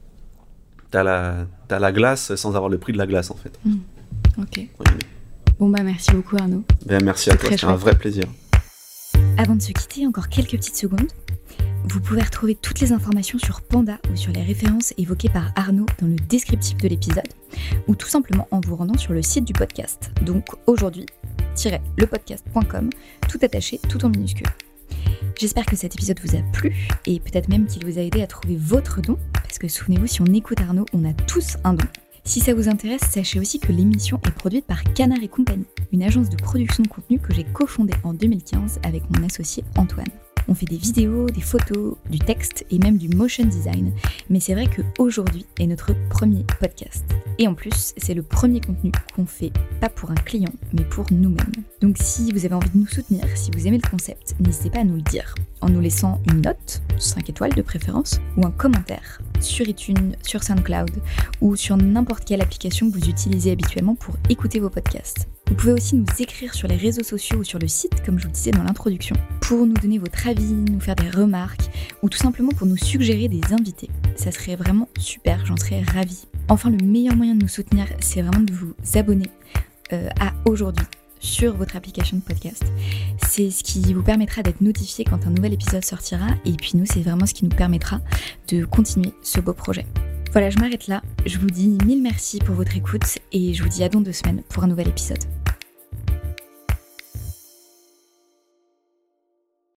t'as la, t'as la glace sans avoir le prix de la glace, en fait. Mmh. Ok. Oui. Bon bah merci beaucoup Arnaud. Ben, merci à toi, c'était un vrai plaisir. Avant de se quitter, encore quelques petites secondes. Vous pouvez retrouver toutes les informations sur Panda ou sur les références évoquées par Arnaud dans le descriptif de l'épisode, ou tout simplement en vous rendant sur le site du podcast, donc aujourd'hui tiret le podcast point com, tout attaché, tout en minuscule. J'espère que cet épisode vous a plu, et peut-être même qu'il vous a aidé à trouver votre don, parce que souvenez-vous, si on écoute Arnaud, on a tous un don. Si ça vous intéresse, sachez aussi que l'émission est produite par Canard et Compagnie, une agence de production de contenu que j'ai cofondée en deux mille quinze avec mon associé Antoine. On fait des vidéos, des photos, du texte et même du motion design, mais c'est vrai qu'aujourd'hui est notre premier podcast. Et en plus, c'est le premier contenu qu'on fait, pas pour un client, mais pour nous-mêmes. Donc si vous avez envie de nous soutenir, si vous aimez le concept, n'hésitez pas à nous le dire, en nous laissant une note, cinq étoiles de préférence, ou un commentaire sur iTunes, sur SoundCloud, ou sur n'importe quelle application que vous utilisez habituellement pour écouter vos podcasts. Vous pouvez aussi nous écrire sur les réseaux sociaux ou sur le site, comme je vous le disais dans l'introduction, pour nous donner votre avis, nous faire des remarques, ou tout simplement pour nous suggérer des invités. Ça serait vraiment super, j'en serais ravie. Enfin, le meilleur moyen de nous soutenir, c'est vraiment de vous abonner euh, à Aujourd'hui sur votre application de podcast. C'est ce qui vous permettra d'être notifié quand un nouvel épisode sortira, et puis nous, c'est vraiment ce qui nous permettra de continuer ce beau projet. Voilà, je m'arrête là. Je vous dis mille merci pour votre écoute, et je vous dis à dans deux semaines pour un nouvel épisode.